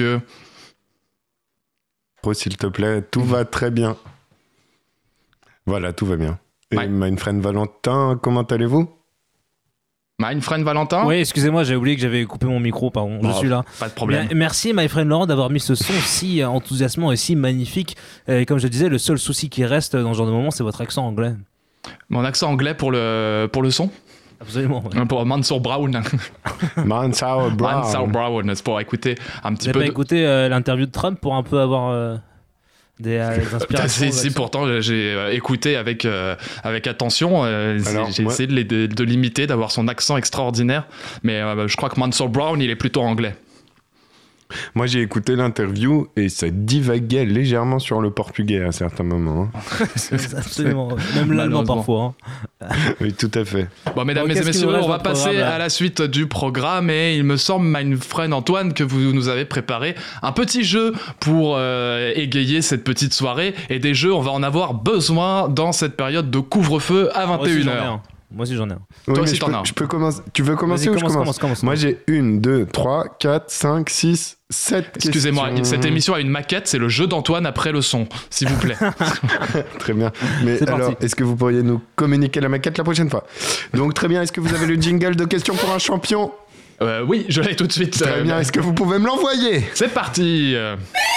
Pro, s'il te plaît, tout va très bien. Voilà, tout va bien. Et Ouais. my friend Valentin, comment allez-vous ? My friend Valentin ? Oui, excusez-moi, j'ai oublié que j'avais coupé mon micro, pardon, je Oh, suis là. Pas de problème. Bien, merci, my friend Laurent, d'avoir mis ce son si enthousiasmant et si magnifique. Et comme je disais, le seul souci qui reste dans ce genre de moment, c'est votre accent anglais. Mon accent anglais pour le, pour le son ? Absolument. Ouais. Pour Mansour Brown. Mansour Brown. Mansour Brown, c'est pour écouter un Vous petit n'avez peu pas de... écouté euh, l'interview de Trump pour un peu avoir euh, des, euh, des Putain, inspirations si, si, là-dessus. pourtant j'ai euh, écouté avec, euh, avec attention. euh, Alors, j'ai moi- essayé de, les- de- de l'imiter, d'avoir son accent extraordinaire. Mais euh, je crois que Mansour Brown, il est plutôt anglais. Moi, j'ai écouté l'interview et ça divaguait légèrement sur le portugais à certains moments. hein. C'est absolument. Même l'allemand Malheureusement. parfois. hein. Oui, tout à fait. Bon, mesdames Bon, et qu'est-ce messieurs, qu'il nous reste on va dans le passer programme, là à la suite du programme. Et il me semble, my friend Antoine, que vous nous avez préparé un petit jeu pour euh, égayer cette petite soirée. Et des jeux, on va en avoir besoin dans cette période de couvre-feu à Moi vingt et aussi, une j'en ai heures. un. Moi aussi, j'en ai un. Oui, mais aussi, je t'en peux, as un. je peux commencer. Tu veux commencer Vas-y, ou je commence, commence, commence, commence. Moi, j'ai une, deux, trois, quatre, cinq, six, sept Excusez-moi, questions. cette émission a une maquette, c'est le jeu d'Antoine après le son, s'il vous plaît. Très bien. Mais C'est alors, parti. est-ce que vous pourriez nous communiquer la maquette la prochaine fois ? Donc, très bien. Est-ce que vous avez le jingle de questions pour un champion ? Euh, oui, je l'ai tout de suite. Très euh, bien. Est-ce que vous pouvez me l'envoyer ? C'est parti. euh.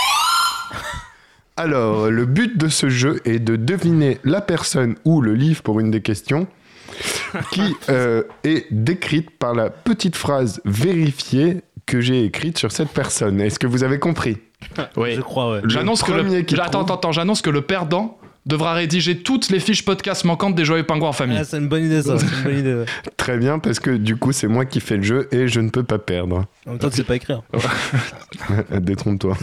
Alors, le but de ce jeu est de deviner la personne ou le livre pour une des questions qui euh, est décrite par la petite phrase vérifiée que j'ai écrite sur cette personne. Est-ce que vous avez compris ? Oui. Je crois, ouais. J'annonce que le... premier qui Attends, trouve- attends, attends, j'annonce que le perdant devra rédiger toutes les fiches podcast manquantes des Joyeux Pingouins en famille. Ah, c'est une bonne idée, ça. C'est une bonne idée. ouais. Très bien, parce que du coup, c'est moi qui fais le jeu et je ne peux pas perdre. En même temps, tu sais pas écrire. Détrompe-toi.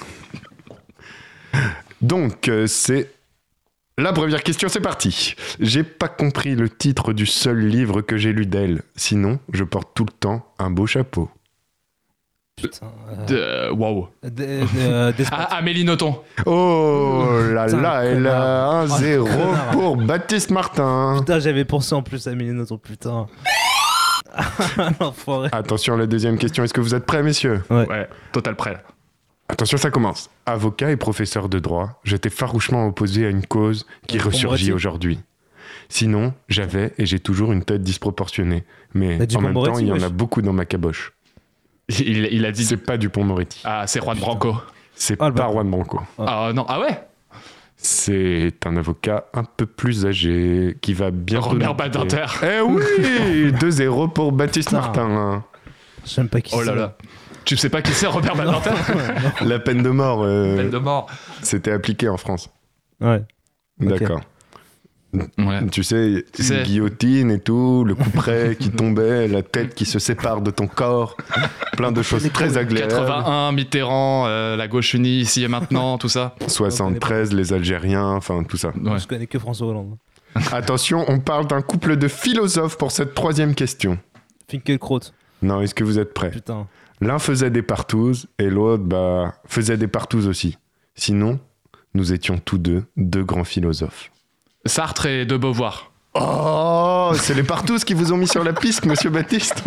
Donc, euh, c'est la première question, c'est parti. J'ai pas compris le titre du seul livre que j'ai lu d'elle. Sinon, je porte tout le temps un beau chapeau. Putain. euh, De- euh, Wow. de- de- euh, Desperate. Ah, Amélie Nothomb. Oh là Putain, là, le elle a un connard. zéro Oh, le connard. pour Baptiste Martin. Putain, j'avais pensé en plus à Amélie Nothomb, putain. L'enfoiré. Attention, la deuxième question. Est-ce que vous êtes prêts, messieurs ? Ouais, total prêt. là. Attention, ça commence. Avocat et professeur de droit, j'étais farouchement opposé à une cause qui Euh, ressurgit Pommeretti. aujourd'hui. Sinon, j'avais et j'ai toujours une tête disproportionnée. Mais Bah, du en même temps, Pommeretti, il y en wesh. a beaucoup dans ma caboche. Il, il a dit. C'est pas Dupond-Moretti. Ah, c'est Juan Branco. C'est Ah, le pas bâtard. Juan Branco. Ah non, ah ouais. C'est un avocat un peu plus âgé qui va bientôt... Robert nous quitter. Badinter. Eh oui deux zéro pour Baptiste Putain. Martin. Je sais même pas qui Oh là c'est. là. Tu sais pas qui c'est Robert Badinter? La peine de mort, euh, Peine de mort. c'était appliqué en France. Ouais. Ok. D'accord. Ouais. Tu sais, Tu sais. guillotine et tout, le coup près qui tombait, la tête qui se sépare de ton corps, plein de choses très agréables. quatre-vingt-un, Mitterrand, euh, la gauche unie, ici et maintenant, tout ça. soixante-treize, les Algériens, enfin tout ça. Ouais. Je connais que François Hollande. Attention, on parle d'un couple de philosophes pour cette troisième question. Finkielkraut. Non, est-ce que vous êtes prêts? Putain. L'un faisait des partouzes et l'autre bah, faisait des partouzes aussi. Sinon, nous étions tous deux deux grands philosophes. Sartre et de Beauvoir. Oh, c'est les partouzes qui vous ont mis sur la piste, monsieur Baptiste.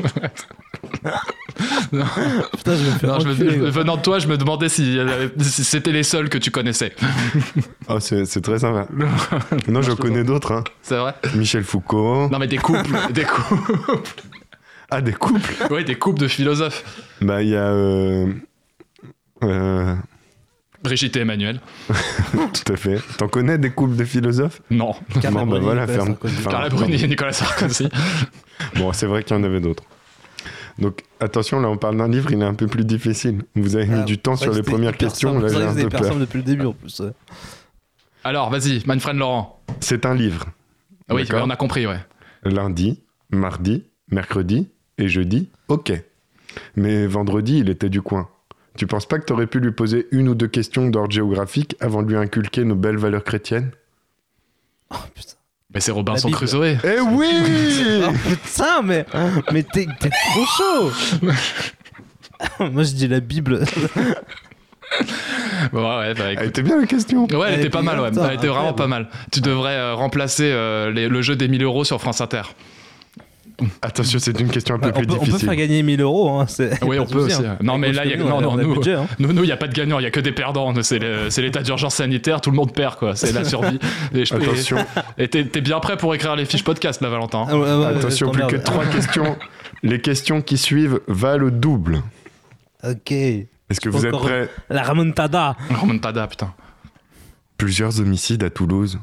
Non. Putain, je vais me faire Non, je me- enculer, quoi. venant de toi, je me demandais si, euh, si c'était les seuls que tu connaissais. Oh, c'est c'est très sympa. Non, je j'en connais d'autres. Hein. C'est vrai? Michel Foucault. Non, mais des couples. des couples. Ah, des couples. Oui, des couples de philosophes. Bah, il y a... euh, euh, Brigitte et Emmanuel. tout à fait. T'en connais des couples de philosophes? Non. Carla Bon, bah Bruni, voilà, Nicolas ferme. Sarkozy. Enfin, Carla Bruni et Nicolas Sarkozy. Bon, c'est vrai qu'il y en avait d'autres. Donc, attention, là, on parle d'un livre, il est un peu plus difficile. Vous avez mis Ah, du temps c'est sur vrai les que premières c'était hyper questions, simple. là, C'est j'ai vrai un que c'était peu hyper peur. simple depuis le début en plus. ouais. Alors, vas-y, Manfred Laurent. C'est un livre. Ah oui, D'accord. on a compris, ouais. Lundi, mardi, mercredi et jeudi, ok. Mais vendredi, il était du coin. Tu penses pas que t'aurais pu lui poser une ou deux questions d'ordre géographique avant de lui inculquer nos belles valeurs chrétiennes? Oh putain. Mais c'est Robinson Bible. Crusoe. Eh oui! Oh putain, mais, mais t'es, t'es trop chaud. Moi je dis la Bible. Bon, ouais, bah, écoute. Elle était bien la question. Ouais, elle Elle était pas était mal, ouais. bien, Elle était vraiment incroyable. pas mal. Tu devrais euh, remplacer euh, les- le jeu des mille euros sur France Inter. Attention, c'est une question un peu on, plus peut, on peut difficile. faire gagner mille euros. Hein, c'est- Oui, on pas de peut souci, aussi. hein. Non, mais Parce là, que il y a nous, non, on non, a le nous, budget, hein. nous, nous, il y a pas de gagnant, il y a que des perdants. Nous, C'est le- c'est l'état d'urgence sanitaire, tout le monde perd, quoi. C'est la survie. Et je- Attention, Et t'es t'es bien prêt pour écrire les fiches podcast, là, Valentin. Ah, ouais, ouais, ouais, attention, je plus que t'emmerde. trois questions. Les questions qui suivent valent le double. Ok. Est-ce que vous êtes Encore- prêts? La remontada. Remontada, putain. Plusieurs homicides à Toulouse.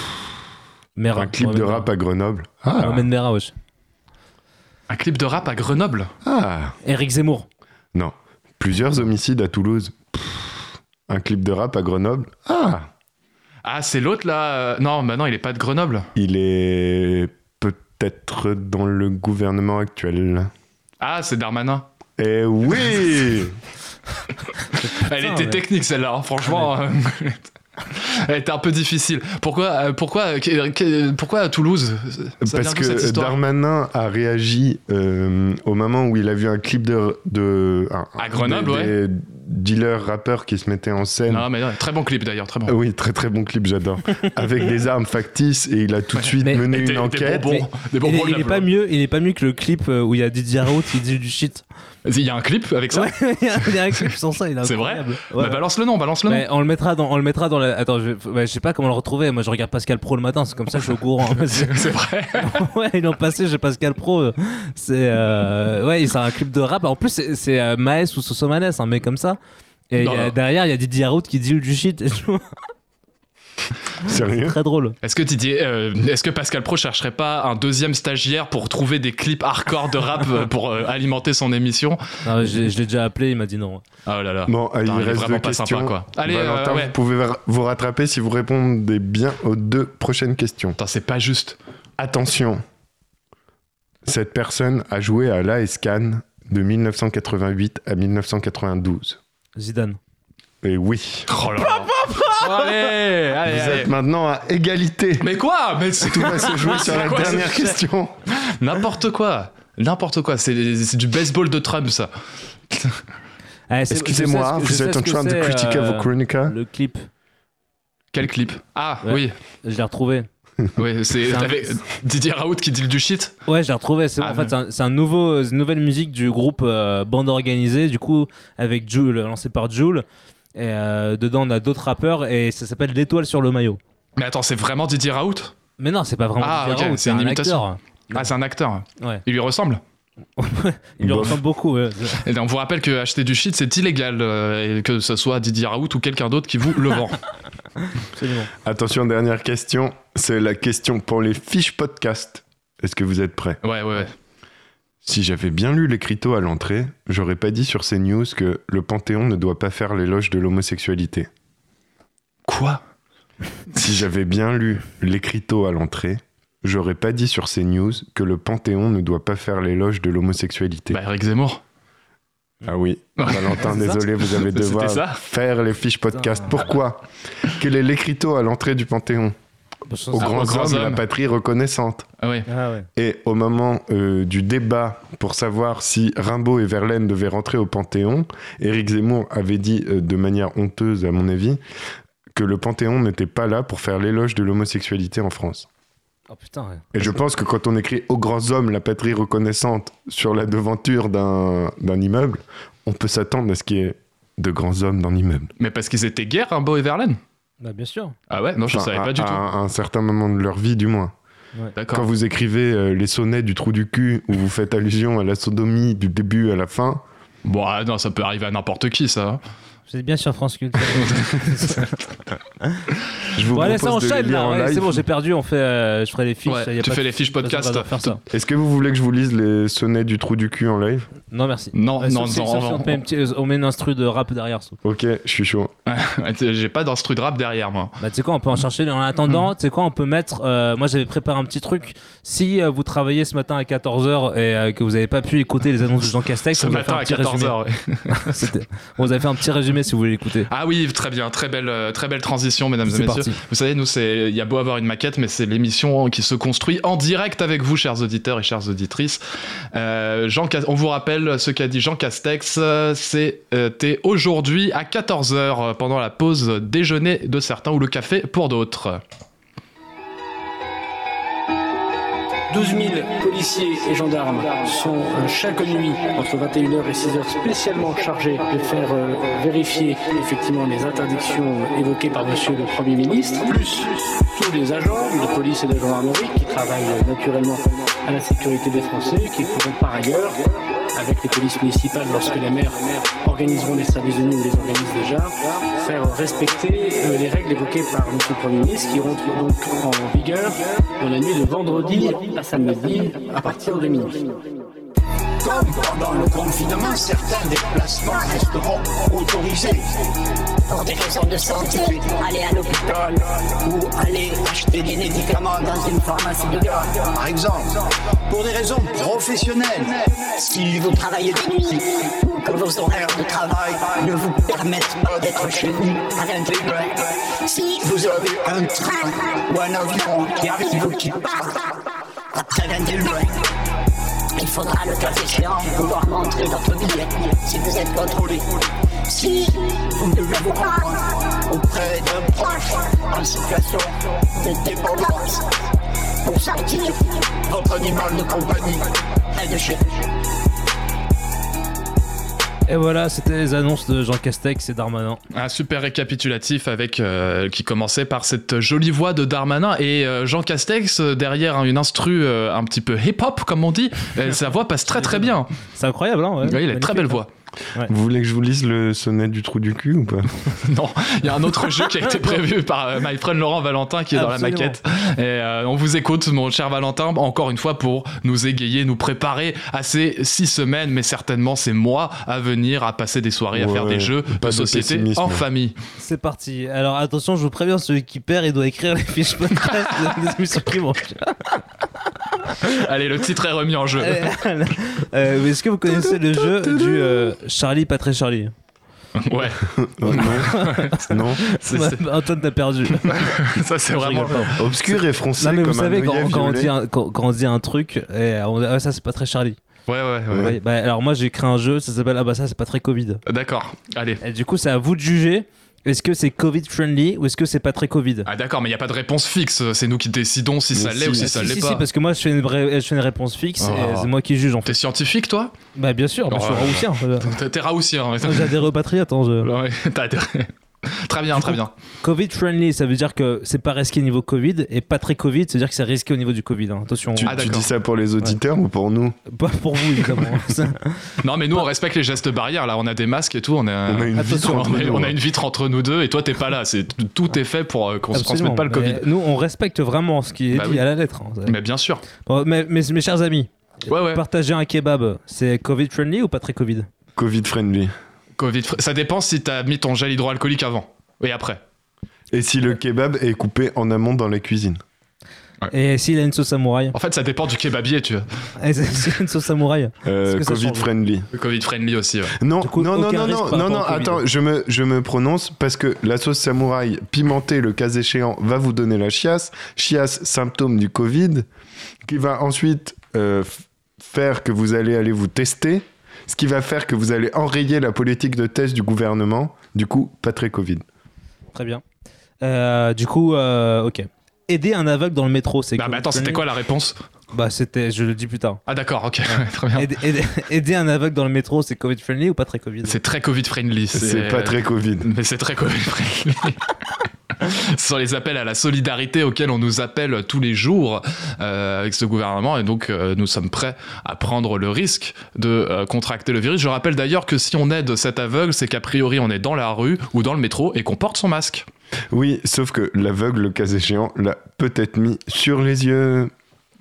Mera. Un clip de rap à Grenoble. Ah, Mohamed Mera, wesh. Un clip de rap à Grenoble. ah. Eric Zemmour. Non. Plusieurs homicides à Toulouse. Pff. Un clip de rap à Grenoble. Ah. Ah, c'est l'autre, là. euh, Non, bah non, il est pas de Grenoble. Il est peut-être dans le gouvernement actuel. Ah, c'est Darmanin. Eh oui. Elle Putain, était ouais. technique, celle-là, hein, franchement. euh, Elle était un peu difficile. Pourquoi, euh, pourquoi, que- que- pourquoi à Toulouse Ça Parce vient d'où, cette que histoire Darmanin a réagi euh, au moment où il a vu un clip de... de un- À Grenoble, des, ouais. des dealers rappeurs qui se mettaient en scène. Non, mais non, très bon clip d'ailleurs, très bon. Ah oui, très très bon clip, j'adore. Avec des armes factices et il a tout de suite Mais- mené Et des- une enquête. Des bonbons, des Il bonbons est, de il la est pas Blood. mieux, il est pas mieux que le clip euh, où il y a Didier Raoult qui dit du shit. Il y a un clip avec ça. Ouais, il y a un clip sans ça, il est C'est vrai. incroyable. Bah, Ouais. balance le nom, balance le nom. Ouais, on le mettra dans, on le mettra dans la. Attends, je, ouais, je sais pas comment le retrouver. Moi, je regarde Pascal Pro le matin, c'est comme ça que je suis au courant. C'est- C'est vrai. ouais, ils l'ont passé chez Pascal Pro. C'est euh, ouais, c'est un clip de rap. En plus, c'est, c'est euh, Maes ou Sosomanes, un mec comme ça. Et Non, il y a- non. derrière, il y a Didier Raoult qui dit du shit. Et tout. Sérieux? Très drôle. Est-ce que Didier, euh, est-ce que Pascal Pro chercherait pas un deuxième stagiaire pour trouver des clips hardcore de rap euh, pour euh, alimenter son émission? Non, je, je l'ai déjà appelé, il m'a dit non. Oh là là. Bon, il Putain, il est reste vraiment deux pas questions. sympa, quoi. Allez, Valentin, euh, ouais. vous pouvez vous rattraper si vous répondez bien aux deux prochaines questions. Putain, c'est pas juste. Attention, cette personne a joué à l'A S Cannes de mille neuf cent quatre-vingt-huit à mille neuf cent quatre-vingt-douze. Zidane. Et oui, Oh là là. Allez, allez, vous allez. êtes maintenant à égalité. Mais quoi? Mais c'est Tout va se jouer sur C'est la quoi, dernière ce- question. N'importe quoi. N'importe quoi. C'est c'est du baseball de Trump, ça. Ah, c'est- Excusez-moi, je sais ce que- je vous sais êtes ce en que train de c'est, critiquer euh, vos chroniqueurs. Le clip, Quel clip? Ah, Ouais. oui. je l'ai retrouvé. Oui, c'est C'est un- avec Didier Raoult qui dit du shit. Ouais, je l'ai retrouvé. C'est, Ah, en fait, ouais. c'est, un, c'est un nouveau, c'est une nouvelle musique du groupe euh, Bande Organisée, du coup, avec Jul, lancé par Jul. Et euh, dedans, on a d'autres rappeurs et ça s'appelle L'étoile sur le maillot. Mais attends, c'est vraiment Didier Raoult? Mais non, c'est pas vraiment Ah, Didier ok, Raoult, c'est une un imitation. acteur. Ah, c'est un acteur. Ouais. Il lui ressemble. Il lui Bof. ressemble beaucoup. Ouais. Et on vous rappelle que acheter du shit, c'est illégal. euh, et que ce soit Didier Raoult ou quelqu'un d'autre qui vous le vend. Absolument. Attention, dernière question. C'est la question pour les fiches podcast. Est-ce que vous êtes prêts? Ouais, ouais, ouais. Si j'avais bien lu l'écriteau à l'entrée, j'aurais pas dit sur ces news que le Panthéon ne doit pas faire l'éloge de l'homosexualité. Quoi? Si j'avais bien lu l'écriteau à l'entrée, j'aurais pas dit sur ces news que le Panthéon ne doit pas faire l'éloge de l'homosexualité. Bah, Eric Zemmour. Ah oui, Valentin, C'est ça désolé, vous allez C'était devoir ça faire les fiches podcast. Putain. Pourquoi? Quel est l'écriteau à l'entrée du Panthéon? Aux Ah, grands aux grands hommes, la hommes. patrie reconnaissante. Ah oui. Ah ouais. Et au moment euh, du débat pour savoir si Rimbaud et Verlaine devaient rentrer au Panthéon, Éric Zemmour avait dit euh, de manière honteuse, à mon avis, que le Panthéon n'était pas là pour faire l'éloge de l'homosexualité en France. Oh putain, ouais. Et je pense que quand on écrit « Aux grands hommes, la patrie reconnaissante » sur la devanture d'un d'un immeuble, on peut s'attendre à ce qu'il y ait de grands hommes dans l'immeuble. Mais parce qu'ils étaient gays, Rimbaud et Verlaine? Bah, bien sûr. Ah ouais? Non, je Enfin, savais à, pas du à tout. un- à un certain moment de leur vie, du moins. Quand D'accord. vous écrivez euh, les sonnets du trou du cul où vous faites allusion à la sodomie du début à la fin, Bon, ah, non, ça peut arriver à n'importe qui, ça. C'est bien sur France Culture. je vous Bon, allez, ça propose de les enchaîne lire là. en Ouais, live. c'est bon, j'ai perdu. On fait, euh, je ferai les fiches. Ouais, y a tu pas fais de- les fiches pas de- podcast. on va faire ça. Est-ce que vous voulez que je vous lise les sonnets du trou du cul en live? Non, merci. Non, Ouais, non, sauf si- non, sauf si non, on, met un petit- on met une instru de rap derrière. sauf. Ok, je suis chaud. J'ai pas d'instru de rap derrière, moi. Bah, tu sais quoi, on peut en chercher. En attendant, tu sais quoi, on peut mettre. euh, moi, j'avais préparé un petit truc. Si euh, vous travaillez ce matin à quatorze heures et euh, que vous n'avez pas pu écouter les annonces de Jean Castex, Ce on vous a matin fait un à petit quatorze résumé. heures, ouais. C'était- on vous a fait un petit résumé premier si vous voulez l'écouter. Ah oui, très bien, très belle, euh, très belle transition, mesdames C'est et messieurs. parti. Vous savez, nous, c'est, il y a beau avoir une maquette, mais c'est l'émission qui se construit en direct avec vous, chers auditeurs et chères auditrices. Euh, Jean, Cas- on vous rappelle ce qu'a dit Jean Castex. euh, C'était aujourd'hui à quatorze heures pendant la pause déjeuner de certains ou le café pour d'autres. douze mille policiers et gendarmes sont euh, chaque nuit entre vingt et une heures et six heures spécialement chargés de faire euh, vérifier effectivement les interdictions évoquées par monsieur le Premier ministre, plus tous les agents de police et de gendarmerie qui travaillent euh, naturellement à la sécurité des Français, qui pourront par ailleurs, avec les polices municipales, lorsque les maires organiseront les services de nuit ou les organisent déjà, faire respecter euh, les règles évoquées par M. le Premier ministre qui rentrent donc en vigueur dans la nuit de vendredi à samedi à partir de minuit. Comme pendant le confinement, certains déplacements resteront autorisés. Pour des raisons de santé, aller à l'hôpital ou aller acheter des médicaments dans une pharmacie de garde, par exemple. Pour des raisons professionnelles, si vous travaillez de nuit ou que vos horaires de travail ne vous permettent pas d'être chez vous à vingt et une heures, si vous avez un train ou un avion qui arrive ou qui part après vingt et une heures, il faudra le cas échéant pouvoir montrer votre billet si vous êtes contrôlé. Si vous ne l'avez pas auprès d'un proche en situation de dépendance pour sortir votre animal de compagnie près de chez vous. Et voilà, c'était les annonces de Jean Castex et Darmanin. Un super récapitulatif avec euh, qui commençait par cette jolie voix de Darmanin et euh, Jean Castex euh, derrière hein, une instru euh, un petit peu hip-hop comme on dit. Euh, sa voix passe très très bien. C'est incroyable, hein ouais, oui, il a une très belle voix. Ouais. Vous voulez que je vous lise le sonnet du trou du cul ou pas? Non, il y a un autre jeu qui a été prévu par euh, my friend Laurent Valentin qui est Absolument. Dans la maquette. Et euh, on vous écoute, mon cher Valentin, encore une fois pour nous égayer, nous préparer à ces six semaines, mais certainement ces mois à venir, à passer des soirées, ouais, à faire des jeux de société de en famille. C'est parti. Alors attention, je vous préviens, celui qui perd, il doit écrire les fiches podcast des émissions qui manquent. Allez, le titre est remis en jeu. euh, mais est-ce que vous connaissez le jeu du euh, Charlie, pas très Charlie? Ouais. non. non. C'est, c'est... Antoine, t'as perdu. Ça, c'est vraiment obscur et froncé. Non, mais comme vous savez, un quand, quand, on dit un, quand, quand on dit un truc, et on dit, ah, ça, c'est pas très Charlie. Ouais, ouais, ouais. ouais. Bah, alors, moi, j'ai créé un jeu, ça s'appelle, ah, bah, ça, c'est pas très Covid. D'accord, allez. Et du coup, c'est à vous de juger. Est-ce que c'est Covid-friendly ou est-ce que c'est pas très Covid? Ah d'accord, mais il n'y a pas de réponse fixe. C'est nous qui décidons si mais ça si, l'est ou si, si ça si, l'est si, pas. Si, parce que moi, je fais une, vraie, je fais une réponse fixe oh. et c'est moi qui juge en fait. T'es scientifique, toi? Bah bien sûr, oh, bah, je suis raoutien. T'es, t'es raoutien. J'ai adhéré au Patriote. Hein, je... ouais, t'as adhéré. Très bien, très bien. Covid-friendly, ça veut dire que c'est pas risqué au niveau Covid, et pas très Covid, ça veut dire que c'est risqué au niveau du Covid. Hein. Attention. Tu, ah, tu dis ça pour les auditeurs ouais. ou pour nous? Pas pour vous, évidemment. Non, mais nous, on respecte les gestes barrières. Là, on a des masques et tout. On a, on a, une, vitre on entre a, nous, on a une vitre entre nous deux, et toi, t'es pas là. C'est, tout est fait pour euh, qu'on Absolument. se transmette pas le Covid. Mais nous, on respecte vraiment ce qui est bah dit oui. à la lettre. Hein. Mais bien sûr. Bon, mais, mais, mes chers amis, ouais, ouais. partager un kebab, c'est Covid-friendly ou pas très Covid? Covid-friendly. COVID, ça dépend si t'as mis ton gel hydroalcoolique avant. Et après. Et si le kebab est coupé en amont dans la cuisine. Ouais. Et s'il a une sauce samouraï? En fait, ça dépend du kebabier, tu vois. Et s'il a une sauce samouraï? euh, Covid friendly. Covid friendly aussi, ouais. Non, coup, non, non, non, non, non, non, attends, je me, je me prononce parce que la sauce samouraï pimentée, le cas échéant, va vous donner la chiasse. Chiasse, symptôme du Covid, qui va ensuite euh, faire que vous allez aller vous tester, ce qui va faire que vous allez enrayer la politique de test du gouvernement. Du coup, pas très Covid. Très bien. Euh, du coup, euh, ok. Aider un aveugle dans le métro, c'est bah, bah attends, c'était quoi la réponse? Bah c'était, je le dis plus tard. Ah d'accord, ok, ouais. Très bien. Aider, aider, aider un aveugle dans le métro, c'est Covid friendly ou pas très Covid? C'est très Covid friendly. C'est, c'est pas très Covid. Mais c'est très Covid friendly. Ce sont les appels à la solidarité auxquels on nous appelle tous les jours euh, avec ce gouvernement, et donc euh, nous sommes prêts à prendre le risque de euh, contracter le virus. Je rappelle d'ailleurs que si on aide cet aveugle, c'est qu'a priori on est dans la rue ou dans le métro et qu'on porte son masque. Oui, sauf que l'aveugle, le cas échéant, l'a peut-être mis sur les yeux.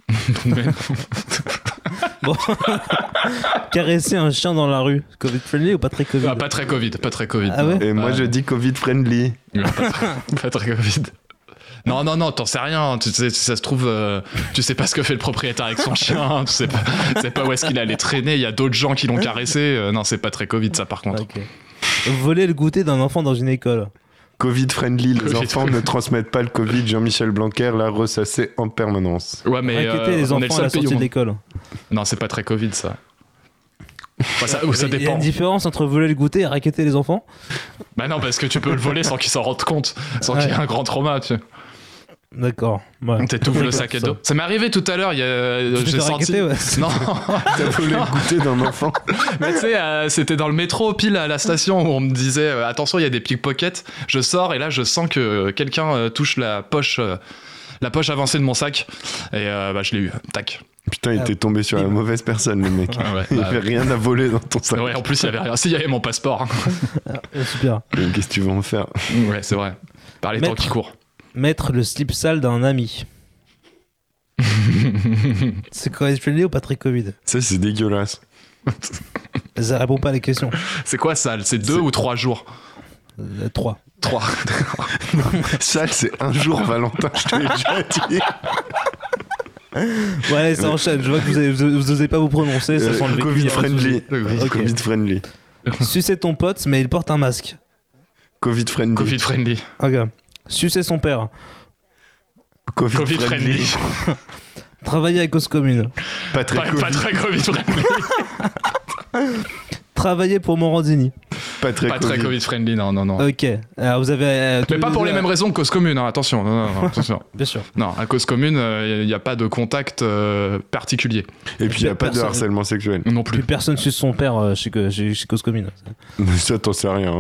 Bon. Caresser un chien dans la rue, Covid friendly ou pas très Covid? Ah, pas très Covid, pas très Covid. Ah ouais? Et moi je dis Covid friendly. Pas très, pas très Covid. Non, non, non, t'en sais rien. Tu sais, ça se trouve, euh, tu sais pas ce que fait le propriétaire avec son chien. Tu sais pas, tu sais pas où est-ce qu'il allait traîner. Il y a d'autres gens qui l'ont caressé. Euh, non, c'est pas très Covid, ça, par contre. Okay. Voler le goûter d'un enfant dans une école. Covid-friendly, les Covid enfants ne transmettent pas le Covid. Jean-Michel Blanquer l'a ressassé en permanence. Ouais, mais Raqueter euh, les on est le enfants à seul la pays sortie où- de l'école. Non, c'est pas très Covid ça. Enfin, ça, ou ça Il y a dépend. une différence entre voler le goûter et raqueter les enfants. Bah non, parce que tu peux le voler sans qu'ils s'en rendent compte, sans qu'il y ait Ouais. un grand trauma. Tu D'accord. Ouais. t'étouffes le D'accord, sac à ça. dos. Ça m'est arrivé tout à l'heure. Il y a, Tu j'ai t'es senti. raquetté, ouais. Non. T'as volé le goûter d'un enfant. Mais tu sais, euh, c'était dans le métro, pile à la station, où on me disait euh, attention, il y a des pickpockets. Je sors et là, je sens que quelqu'un euh, touche la poche, euh, la poche avancée de mon sac. Et euh, bah, je l'ai eu. Tac. Putain, il Ah, était tombé sur la mauvaise personne, le mec. Ouais, ouais, Il bah, avait rien à voler dans ton sac. ouais, en plus, il y avait rien. Si, il y avait mon passeport. Euh, Super. Mais Qu'est-ce que tu vas en faire? Ouais, c'est vrai. Par les temps Maître. qui courent. Mettre le slip sale d'un ami. C'est Covid-friendly ou pas très Covid? Ça, c'est dégueulasse. Ça répond pas à la question. C'est quoi ça? C'est deux C'est- ou trois jours? Euh, trois. Trois. Sale, c'est un jour, Valentin, je te l'ai déjà dit. Ouais, allez, ça enchaîne. Je vois que vous, avez- vous, vous osez pas vous prononcer. Ça Euh, sent le vécu, Covid-friendly. Ok. Covid-friendly. Sucer ton pote, mais il porte un masque. Covid-friendly. Covid friendly. Ok. Sucer son père. Covid Covid-friendly. friendly. Travailler à cause commune. Pas très Pas, Covid. pas très Covid friendly. Travailler pour Morandini. Pas très Pas très Covid. Covid friendly, non, non, non. Ok. Alors vous avez. euh, Mais tous pas pour deux- les mêmes raisons que cause commune, hein, attention. Non, non, non, attention. Bien sûr. Non, à cause commune, il n'y a pas de contact euh, particulier. Et puis, il n'y a pas de Personne- harcèlement sexuel. Non Plus plus. personne suce son père euh, chez, que- chez, chez cause commune. Ça, t'en sais rien.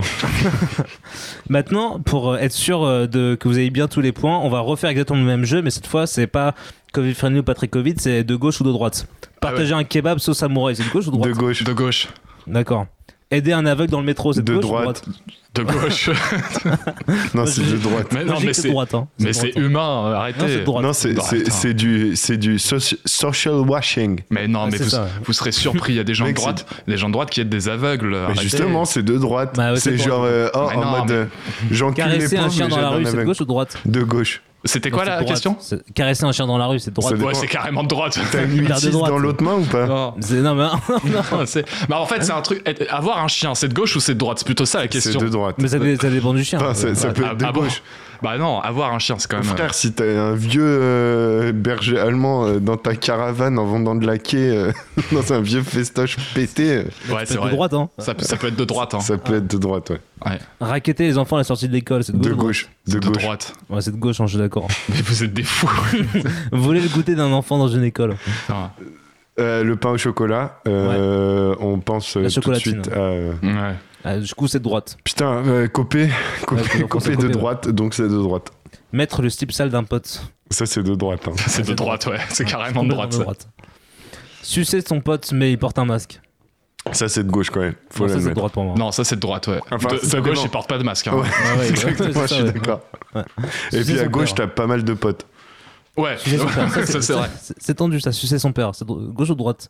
Maintenant, pour euh, être sûr euh, de, que vous avez bien tous les points, on va refaire exactement le même jeu, mais cette fois, c'est pas Covid friendly ou pas très Covid, c'est de gauche ou de droite. Partager un kebab sauce samouraï, c'est de gauche ou de droite? De gauche. De gauche. D'accord. Aider un aveugle dans le métro, c'est de, De gauche ou de droite. droite? De gauche. Non, Moi, c'est je- de droite. Mais Moi, non, je dis mais que c'est c'est. de droite. Hein. Mais de c'est droite, hein. humain, Non, c'est arrêtez. de droite. Non, c'est Bah, c'est- attends. c'est du, c'est du soci- social washing. Mais non, Ah, mais c'est vous, ça, ouais. vous serez surpris, il y a des gens de Mec, c'est- droite, des gens de droite qui aident des aveugles. Mais arrêtez. justement, c'est de droite. Bah ouais, c'est c'est de genre droite. euh, oh, Mais en non, mode mais- euh, j'encule les Caresser un pauvres, chien mais dans la j'aide un rue, c'est de aveugle. gauche ou de droite? De gauche. C'était Non, quoi c'est la de droite. question? C'est- Caresser un chien dans la rue, c'est de droite. Ça dépend. Ouais, c'est carrément de droite. T'as une Vers de huit six droite. dans l'autre main ou pas? Non. C'est- Non, mais Non, c'est- bah en fait, c'est un truc. être- Avoir un chien, c'est de gauche ou c'est de droite? C'est plutôt ça la C'est question. de droite. Mais ça, dé- ça dépend du chien. Enfin, ça, ça Ouais. peut Ah, être de ah bon gauche. Bah non, avoir un chien, c'est quand même. Frère, si t'as un vieux euh, berger allemand euh, dans ta caravane en vendant de la quai euh, dans un vieux festoche pété, euh, euh, Ouais, C'est c'est de vrai. droite, hein. Ça, peut- ça peut être de droite. Hein. ça peut être de droite, ouais. Ouais. Raqueter les enfants à la sortie de l'école, c'est de gauche. De ou droite? gauche. De C'est de gauche. droite. Ouais, c'est de gauche, hein, je suis d'accord. Mais vous êtes des fous. Voler le goûter d'un enfant dans une école. Putain. Euh, le pain au chocolat, euh, on pense euh, La tout de chocolatine. suite à... euh, Ouais. Ah, du coup, c'est de droite. Putain, euh, copé, copé, Ouais, donc, copé c'est de copé, ouais. droite, donc c'est de droite. Mettre le slip sale d'un pote. Ça, c'est de droite. hein. C'est de c'est droite, ouais. C'est carrément de Complètement droite. ça. Sucer son pote, mais il porte un masque. Ça, c'est de gauche quand même. Faut Non, ça, c'est de l'admettre. droite pour moi. Non, ça c'est de droite, ouais. Enfin, de, ça de gauche, dépend. il porte pas de masque. Hein. Ouais, Ah ouais, exactement, ouais, je c'est suis ça, ouais. d'accord. Ouais. Et Sucer puis à son gauche, père. t'as pas mal de potes. Ouais, Sucer son père, ça, ça c'est vrai. c'est- C'est tendu, ça. Sucer son père. C'est dro- gauche ou droite?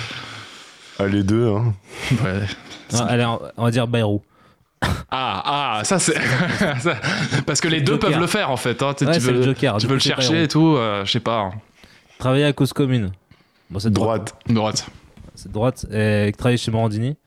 Ah, les deux, hein. Ouais. Ah, allez, on va dire Bayrou. Ah, ah, ça c'est. ça- Parce que les deux Joker. peuvent le faire en fait. Hein. Tu, Ouais, tu c'est veux, le Joker. tu Du veux coup, le c'est chercher Bayrou. et tout, euh, je sais pas. Travailler à cause commune. Bon, c'est de droite. Droite. Droite. C'est de droite. Et travailler chez Morandini.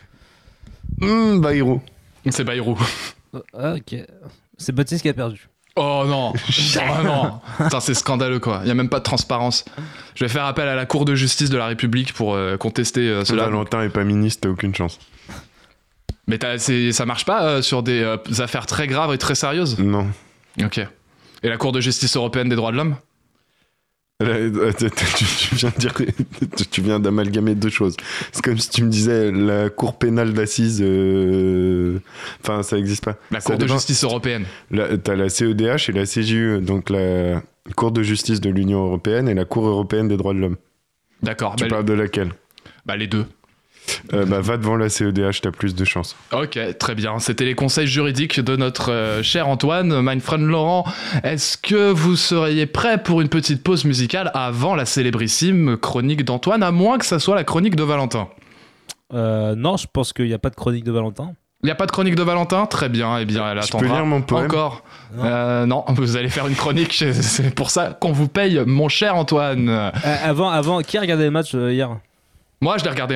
Hum, Bayrou. C'est Bayrou. Ah, ok. C'est Baptiste qui a perdu. Oh non, oh non, putain c'est scandaleux quoi. Il y a même pas de transparence. Je vais faire appel à la Cour de justice de la République pour euh, contester euh, cela. Valentin est pas ministre, t'as aucune chance. Mais t'as- c'est- ça marche pas euh, sur des euh, affaires très graves et très sérieuses. Non. Ok. Et la Cour de justice européenne des droits de l'homme? Là, euh, tu, tu viens de dire, tu viens d'amalgamer deux choses. C'est comme si tu me disais la cour pénale d'assises. euh, Enfin, ça n'existe pas. La Ça Cour de dépend. justice européenne. Là, t'as la C E D H et la C J U, donc la Cour de justice de l'Union européenne et la Cour européenne des droits de l'homme. D'accord. Tu Bah, parles de laquelle? bah les deux. Euh, bah, va devant la C E D H, t'as plus de chance. Ok, très bien. C'était les conseils juridiques de notre euh, cher Antoine. My friend Laurent, est-ce que vous seriez prêt pour une petite pause musicale avant la célébrissime chronique d'Antoine, à moins que ça soit la chronique de Valentin? Euh, non, je pense qu'il n'y a pas de chronique de Valentin. Il n'y a pas de chronique de Valentin? Très bien, eh bien elle Je peux attendra lire mon poème? encore. Non. Euh, non, vous allez faire une chronique, c'est pour ça qu'on vous paye, mon cher Antoine. Euh, avant, avant, qui a regardé le match euh, hier? Moi, je l'ai regardé, moi.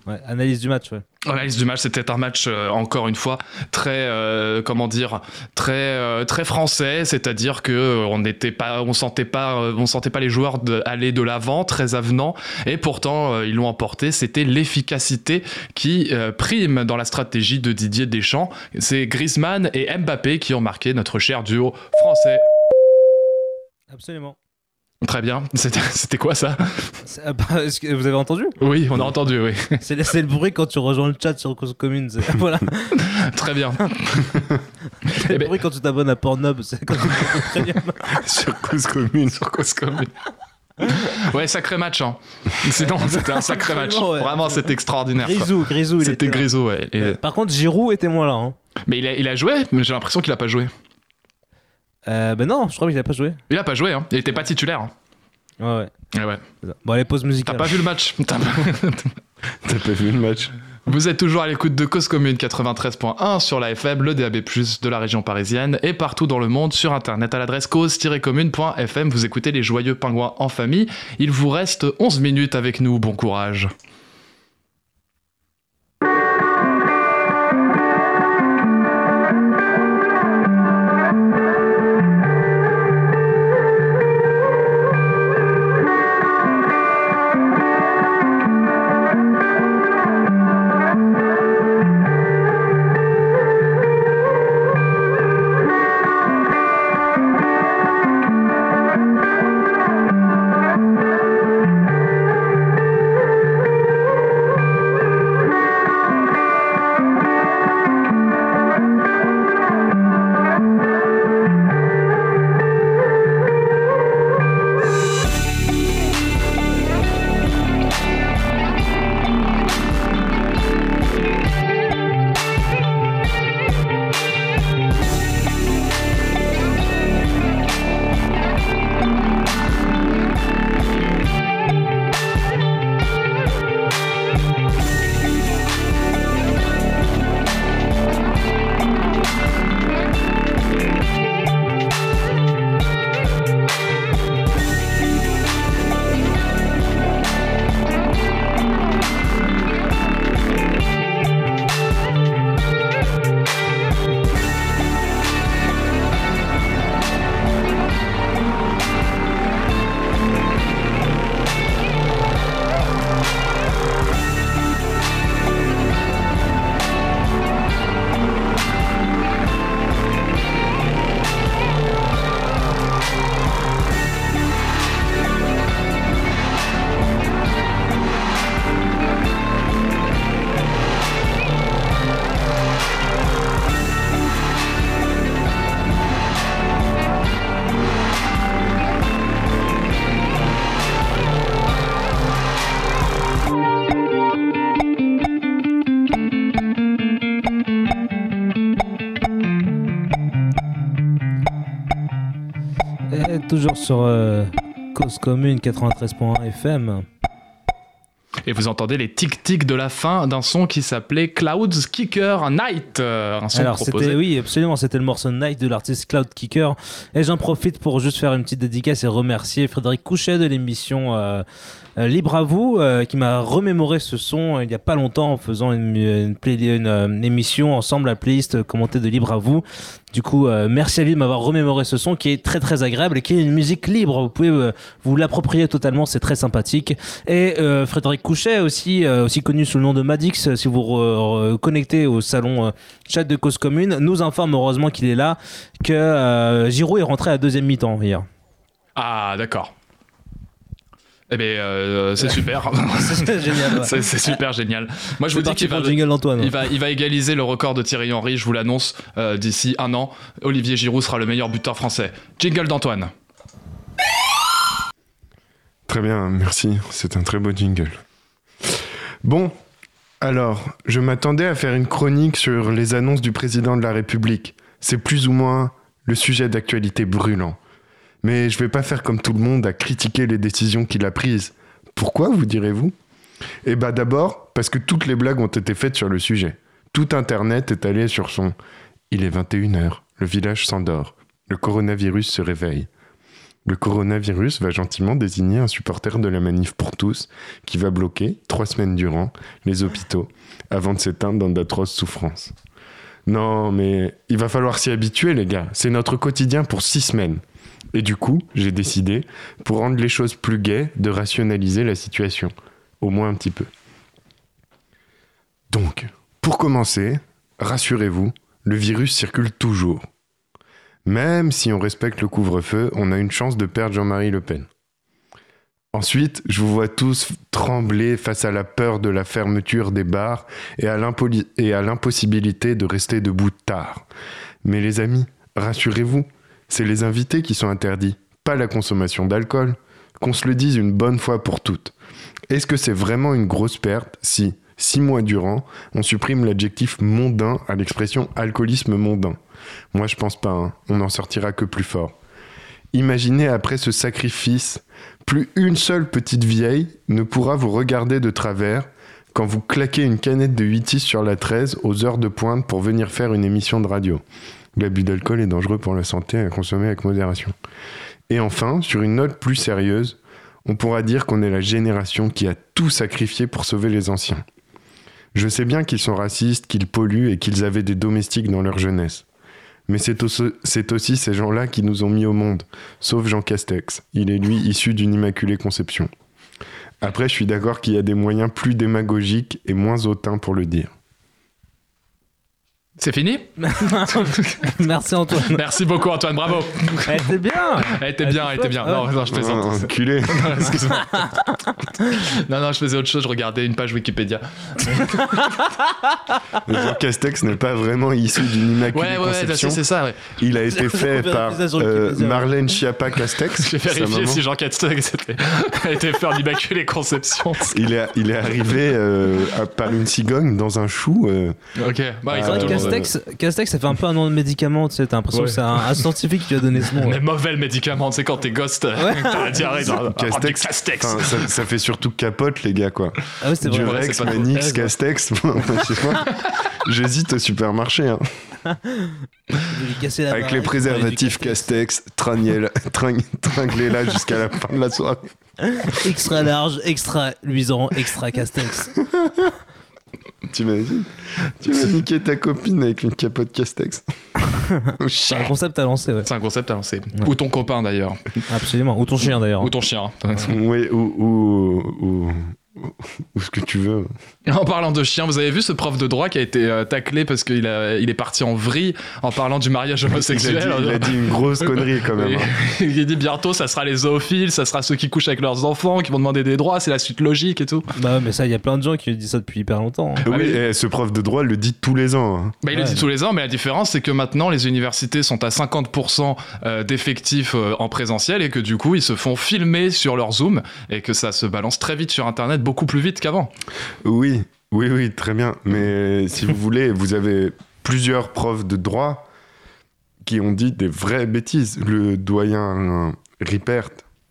Ouais, analyse du match, ouais. Analyse du match, c'était un match euh, encore une fois très euh, comment dire très euh, très français, c'est-à-dire que euh, on n'était pas, on sentait pas, euh, on sentait pas les joueurs de, aller de l'avant, très avenants, et pourtant euh, ils l'ont emporté. C'était l'efficacité qui euh, prime dans la stratégie de Didier Deschamps. C'est Griezmann et Mbappé qui ont marqué notre cher duo français. Absolument. Très bien. C'était, c'était quoi ça ? C'est- bah, est-ce que vous avez entendu ? Oui, on a entendu, oui. C'est, c'est le bruit quand tu rejoins le chat sur Cause Commune. C'est, voilà. Très bien. C'est le bruit quand tu t'abonnes à Pornhub. C'est quand tu très bien. Sur Cause Commune. Sur Cause Commune. Ouais, sacré match. Hein. Sinon, c'était un sacré match. Absolument, ouais. Vraiment, c'était extraordinaire. quoi. Grisou, Grisou, il C'était était là. Grisou, ouais. Et- Par contre, Giroud était moins là. Hein. Mais il a, il a joué, mais j'ai l'impression qu'il a pas joué. Euh, ben non, je crois qu'il a pas joué. Il a pas joué, hein. Il était pas titulaire. Hein. Ouais, ouais. Ouais, ouais. Bon, allez, pause musicale. T'as pas vu le match. T'as pas... T'as pas vu le match ? Vous êtes toujours à l'écoute de Cause Commune quatre-vingt-treize point un sur la F M, le D A B plus, de la région parisienne et partout dans le monde sur internet à l'adresse cause tiret commune point f m. Vous écoutez les joyeux pingouins en famille. Il vous reste onze minutes avec nous. Bon courage. Et toujours sur euh, Cause Commune quatre-vingt-treize point un F M. Et vous entendez les tic-tic de la fin d'un son qui s'appelait Clouds Kicker Night. euh, Un son Alors proposé. c'était, oui, absolument, c'était le morceau Night de l'artiste Cloud Kicker. Et j'en profite pour juste faire une petite dédicace et remercier Frédéric Couchet de l'émission euh, euh, Libre à vous, euh, qui m'a remémoré ce son euh, il y a pas longtemps en faisant une, une, play- une, euh, une émission ensemble, la playlist commentée de Libre à vous. Du coup, euh, merci à lui de m'avoir remémoré ce son qui est très très agréable et qui est une musique libre. Vous pouvez euh, vous l'approprier totalement, c'est très sympathique. Et euh, Frédéric Couchet, aussi, euh, aussi connu sous le nom de Madix, si vous re- re- connectez au salon euh, chat de Cause Commune, nous informe heureusement qu'il est là, que euh, Giroud est rentré à la deuxième mi-temps hier. Ah, d'accord. Eh bien, euh, c'est super. C'est génial. Ouais. c'est, c'est super génial. Moi, je C'est vous dis parti qu'il va, pour le jingle d'Antoine. il, va, il va égaliser le record de Thierry Henry, je vous l'annonce, euh, d'ici un an. Olivier Giroud sera le meilleur buteur français. Jingle d'Antoine. Très bien, merci. C'est un très beau jingle. Bon, alors, je m'attendais à faire une chronique sur les annonces du président de la République. C'est plus ou moins le sujet d'actualité brûlant. Mais je vais pas faire comme tout le monde à critiquer les décisions qu'il a prises. Pourquoi, vous direz-vous ? Eh ben d'abord, parce que toutes les blagues ont été faites sur le sujet. Tout Internet est allé sur son « Il est vingt et une heures, le village s'endort, le coronavirus se réveille ». Le coronavirus va gentiment désigner un supporter de la manif pour tous qui va bloquer, trois semaines durant, les hôpitaux avant de s'éteindre dans d'atroces souffrances. Non, mais il va falloir s'y habituer, les gars. C'est notre quotidien pour six semaines. Et du coup, j'ai décidé, pour rendre les choses plus gaies, de rationaliser la situation. Au moins un petit peu. Donc, pour commencer, rassurez-vous, le virus circule toujours. Même si on respecte le couvre-feu, on a une chance de perdre Jean-Marie Le Pen. Ensuite, je vous vois tous trembler face à la peur de la fermeture des bars et à, l'impoli- et à l'impossibilité de rester debout tard. Mais les amis, rassurez-vous, c'est les invités qui sont interdits, pas la consommation d'alcool. Qu'on se le dise une bonne fois pour toutes. Est-ce que c'est vraiment une grosse perte si, six mois durant, on supprime l'adjectif mondain à l'expression alcoolisme mondain ? Moi, je pense pas, hein. On n'en sortira que plus fort. Imaginez après ce sacrifice, plus une seule petite vieille ne pourra vous regarder de travers quand vous claquez une canette de huit sur la treize aux heures de pointe pour venir faire une émission de radio. L'abus d'alcool est dangereux pour la santé à consommer avec modération. Et enfin, sur une note plus sérieuse, on pourra dire qu'on est la génération qui a tout sacrifié pour sauver les anciens. Je sais bien qu'ils sont racistes, qu'ils polluent et qu'ils avaient des domestiques dans leur jeunesse. Mais c'est aussi, c'est aussi ces gens-là qui nous ont mis au monde, sauf Jean Castex. Il est lui issu d'une immaculée conception. Après, je suis d'accord qu'il y a des moyens plus démagogiques et moins hautains pour le dire. C'est fini ? Merci Antoine. Merci beaucoup Antoine, bravo. Elle était bien. Elle était bien, elle était bien. Non, non, je plaisante. Oh, enculé. Non, excuse-moi. non, non, je faisais autre chose, je regardais une page Wikipédia. Jean Castex n'est pas vraiment issu d'une immaculée ouais, ouais, conception. Ouais, c'est ça, ouais. Il a été fait par euh, Marlène Schiappa Castex. J'ai vérifié si Jean Castex était... a été fait en immaculée conception. Il est, il est arrivé euh, par une cigogne dans un chou. Euh, ok, bah, euh, Castex, Castex, ça fait un peu un nom de médicament, tu sais, t'as l'impression ouais. que c'est un, un scientifique qui lui a donné ce nom. Mais ouais. mauvais médicament, tu sais, quand t'es ghost, ouais. t'as la diarrhée. Castex, oh, Castex. Ça, ça fait surtout capote, les gars, quoi. Ah oui, c'est vrai. Durex, ouais, Manix, Castex. Je sais pas. J'hésite au supermarché. Hein. Avec les préservatifs Castex, Traniel, tring, tringlez-la jusqu'à la fin de la soirée. Extra large, extra luisant, extra Castex. T'imagines Tu vas niquer ta copine avec une capote Castex. C'est un concept à lancer, ouais. C'est un concept à lancer. Ouais. Ou ton copain d'ailleurs. Absolument. Ou ton chien d'ailleurs. Ou ton chien. Oui, ou, ou, ou, ou ce que tu veux. En parlant de chien, vous avez vu ce prof de droit qui a été euh, taclé parce qu'il a, il est parti en vrille en parlant du mariage homosexuel. Il a dit, il a dit une grosse connerie quand même. Hein. Il dit bientôt ça sera les zoophiles, ça sera ceux qui couchent avec leurs enfants, qui vont demander des droits, c'est la suite logique et tout. Bah mais ça, il y a plein de gens qui disent ça depuis hyper longtemps. Hein. Oui, ah, mais... et ce prof de droit le dit tous les ans. Hein. Bah, il ouais. le dit tous les ans, mais la différence c'est que maintenant les universités sont à cinquante pour cent d'effectifs en présentiel et que du coup ils se font filmer sur leur Zoom et que ça se balance très vite sur Internet, beaucoup plus vite qu'avant. Oui, oui, oui, très bien. Mais si vous voulez, vous avez plusieurs profs de droit qui ont dit des vraies bêtises. Le doyen Rippert,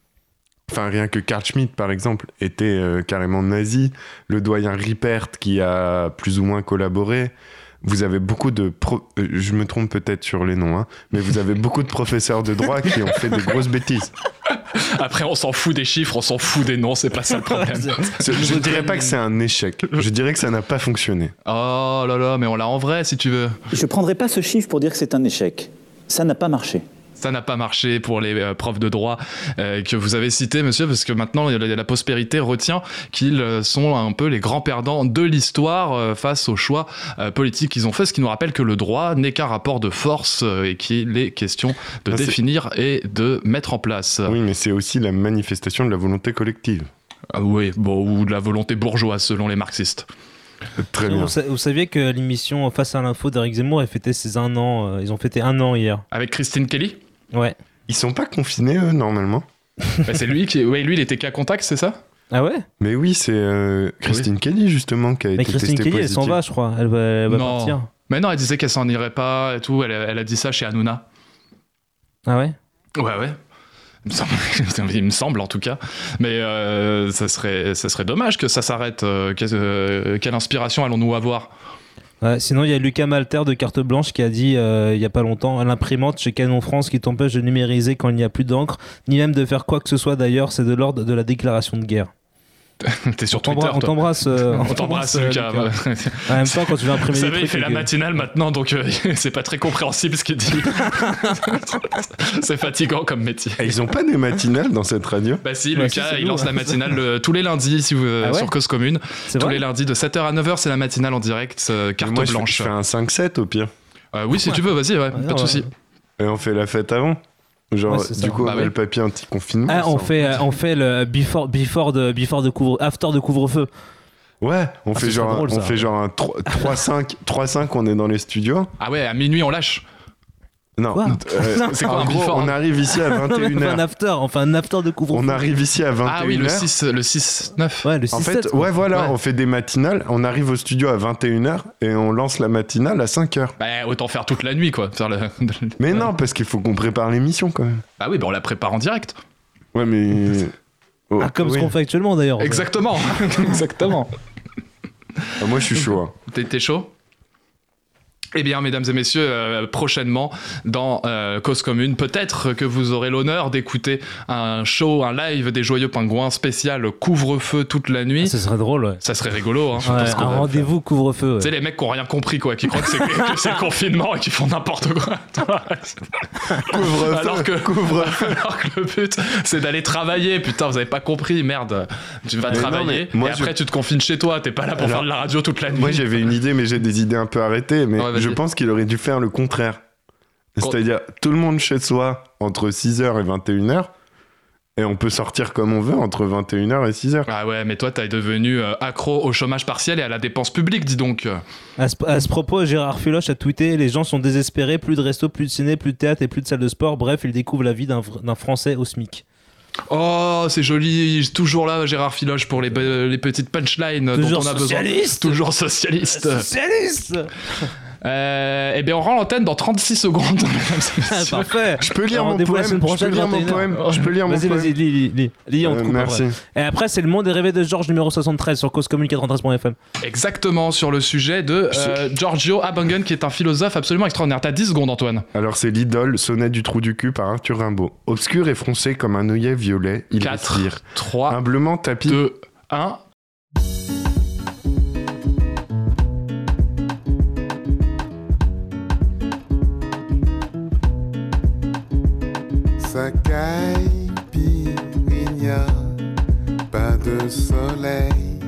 enfin rien que Carl Schmitt par exemple, était euh, carrément nazi. Le doyen Rippert qui a plus ou moins collaboré. Vous avez beaucoup de... Pro... Euh, je me trompe peut-être sur les noms, hein, mais vous avez beaucoup de professeurs de droit qui ont fait des grosses bêtises. Après, on s'en fout des chiffres, on s'en fout des noms, c'est pas ça le problème. Je ne dirais pas que c'est un échec. Je dirais que ça n'a pas fonctionné. Oh là là, mais on l'a en vrai, si tu veux. Je prendrai pas ce chiffre pour dire que c'est un échec. Ça n'a pas marché. Ça n'a pas marché pour les euh, profs de droit euh, que vous avez cités, monsieur, parce que maintenant, la, la postérité retient qu'ils sont un peu les grands perdants de l'histoire euh, face aux choix euh, politiques qu'ils ont fait, ce qui nous rappelle que le droit n'est qu'un rapport de force euh, et qu'il est question de ah, définir et de mettre en place. Oui, mais c'est aussi la manifestation de la volonté collective. Ah, oui, bon, ou de la volonté bourgeoise, selon les marxistes. Très bien. Vous, vous saviez que l'émission Face à l'info d'Éric Zemmour a fêté ses un an, euh, ils ont fêté un an hier. Avec Christine Kelly ? Ouais. Ils sont pas confinés, eux, normalement. Bah, c'est lui qui... Ouais, lui, il était cas contact, c'est ça ? Ah ouais ? Mais oui, c'est euh, Christine oui. Kelly, justement, qui a mais été Christine testée Kelly, positive. elle s'en va, je crois. Elle va, elle va non. partir. Mais non, elle disait qu'elle s'en irait pas et tout. Elle, elle a dit ça chez Hanouna. Ah ouais ? Ouais, ouais. Il me semble, il me semble en tout cas. Mais euh, ça, serait, ça serait dommage que ça s'arrête. Euh, quelle, euh, quelle inspiration allons-nous avoir ? Ouais, sinon, il y a Lucas Malter de Carte Blanche qui a dit euh, il y a pas longtemps l'imprimante chez Canon France qui t'empêche de numériser quand il n'y a plus d'encre, ni même de faire quoi que ce soit d'ailleurs, c'est de l'ordre de la déclaration de guerre. T'es sur on Twitter, on t'embrasse, euh, on t'embrasse, Lucas. Lucas. En même temps, quand tu veux imprimer Vous des savez, trucs, il fait la euh, matinale maintenant, donc euh, c'est pas très compréhensible ce qu'il dit. C'est fatigant comme métier. Et ils ont pas des matinales dans cette radio? Bah si, Bah Lucas, si, c'est il nous, lance hein. la matinale euh, tous les lundis si vous, euh, Ah ouais sur Cause Commune. C'est Tous vrai les lundis de sept heures à neuf heures, c'est la matinale en direct, euh, carte Moi, je fais- blanche. je fais un cinq sept au pire. Euh, oui, si tu veux, vas-y, ouais, pas de ouais. soucis. Et on fait la fête avant. Genre, Ouais, c'est ça. du coup, on Bah a oui. le papier anti-confinement. Ah, on ça. fait, euh, on fait le before, before de, before de couvre, after de couvre-feu. Ouais, on Ah, fait ce serait genre, drôle, on ça. fait genre un trois cinq, trois cinq, on est dans les studios. Ah ouais, à minuit, on lâche. Non, Quoi euh, Non. C'est quoi en un gros, before on arrive ici à Non, mais on fait un vingt et une heures. after, on fait un after de couvre-feu. On arrive ici à vingt et une heures. Ah oui, le six, le six neuf. Ouais, le En six fait, sept, quoi. ouais, voilà, Ouais. on fait des matinales. On arrive au studio à vingt et une heures et on lance la matinale à cinq heures. Bah autant faire toute la nuit, quoi. Faire le... Mais non, parce qu'il faut qu'on prépare l'émission quand même. Bah oui, bah on la prépare en direct. Ouais, mais. Oh, Ah, comme oui. ce qu'on fait actuellement d'ailleurs. Exactement. Exactement. Ah, moi, je suis chaud. hein. T'es, t'es chaud? Eh bien, mesdames et messieurs, euh, prochainement dans euh, Cause Commune, peut-être que vous aurez l'honneur d'écouter un show, un live des Joyeux Pingouins spécial couvre-feu toute la nuit. Ah, ce serait drôle, ouais. Ça serait rigolo, hein. Ouais, Parce qu'on un va rendez-vous couvre-feu. Tu sais, Ouais. les mecs qui ont rien compris, quoi, qui croient que c'est, que c'est le confinement et qui font n'importe quoi. Couvre-feu. Alors que, Couvre-feu. alors que le but, c'est d'aller travailler. Putain, vous avez pas compris, merde. Tu vas Mais non, travailler mais moi, et je- après tu te confines chez toi. T'es pas là pour Alors, faire de la radio toute la nuit. Moi, j'avais une idée, mais j'ai des idées un peu arrêtées. Mais Ouais, vas-y. je pense qu'il aurait dû faire le contraire. Con- C'est-à-dire, tout le monde chez soi entre six heures et vingt et une heures. Et on peut sortir comme on veut entre vingt et une heures et six heures. Ah ouais, mais toi, t'es devenu euh, accro au chômage partiel et à la dépense publique, dis donc. À ce, à ce propos, Gérard Filoche a tweeté: les gens sont désespérés, plus de resto, plus de ciné, plus de théâtre et plus de salle de sport. Bref, ils découvrent la vie d'un, vr- d'un Français au SMIC. Oh, c'est joli. Toujours là, Gérard Filoche, pour les, be- les petites punchlines Toujours dont on a socialiste. besoin. Toujours socialiste. Socialiste. Euh, eh bien, on rend l'antenne dans trente-six secondes. mesdames et Ah, messieurs. parfait. Je peux lire mon Rendez-vous la poème. semaine Je peux prochaine, lire mon vingt et une heures. poème. Je peux lire mon Vas-y, poème. vas-y, lis, lis, lis. Lis, on te Euh, coupe merci. après. Et après, c'est le monde est rêvé de Georges numéro soixante-treize sur cause commune quatre-vingt-treize point f m. Exactement, sur le sujet de euh, Giorgio Agamben, qui est un philosophe absolument extraordinaire. T'as dix secondes, Antoine. Alors, c'est l'idole, sonnet du trou du cul par Arthur Rimbaud. Obscur et foncé comme un œillet violet, il quatre, respire. trois, Humblement tapis. deux, un. Sa caipirinha, pas de soleil,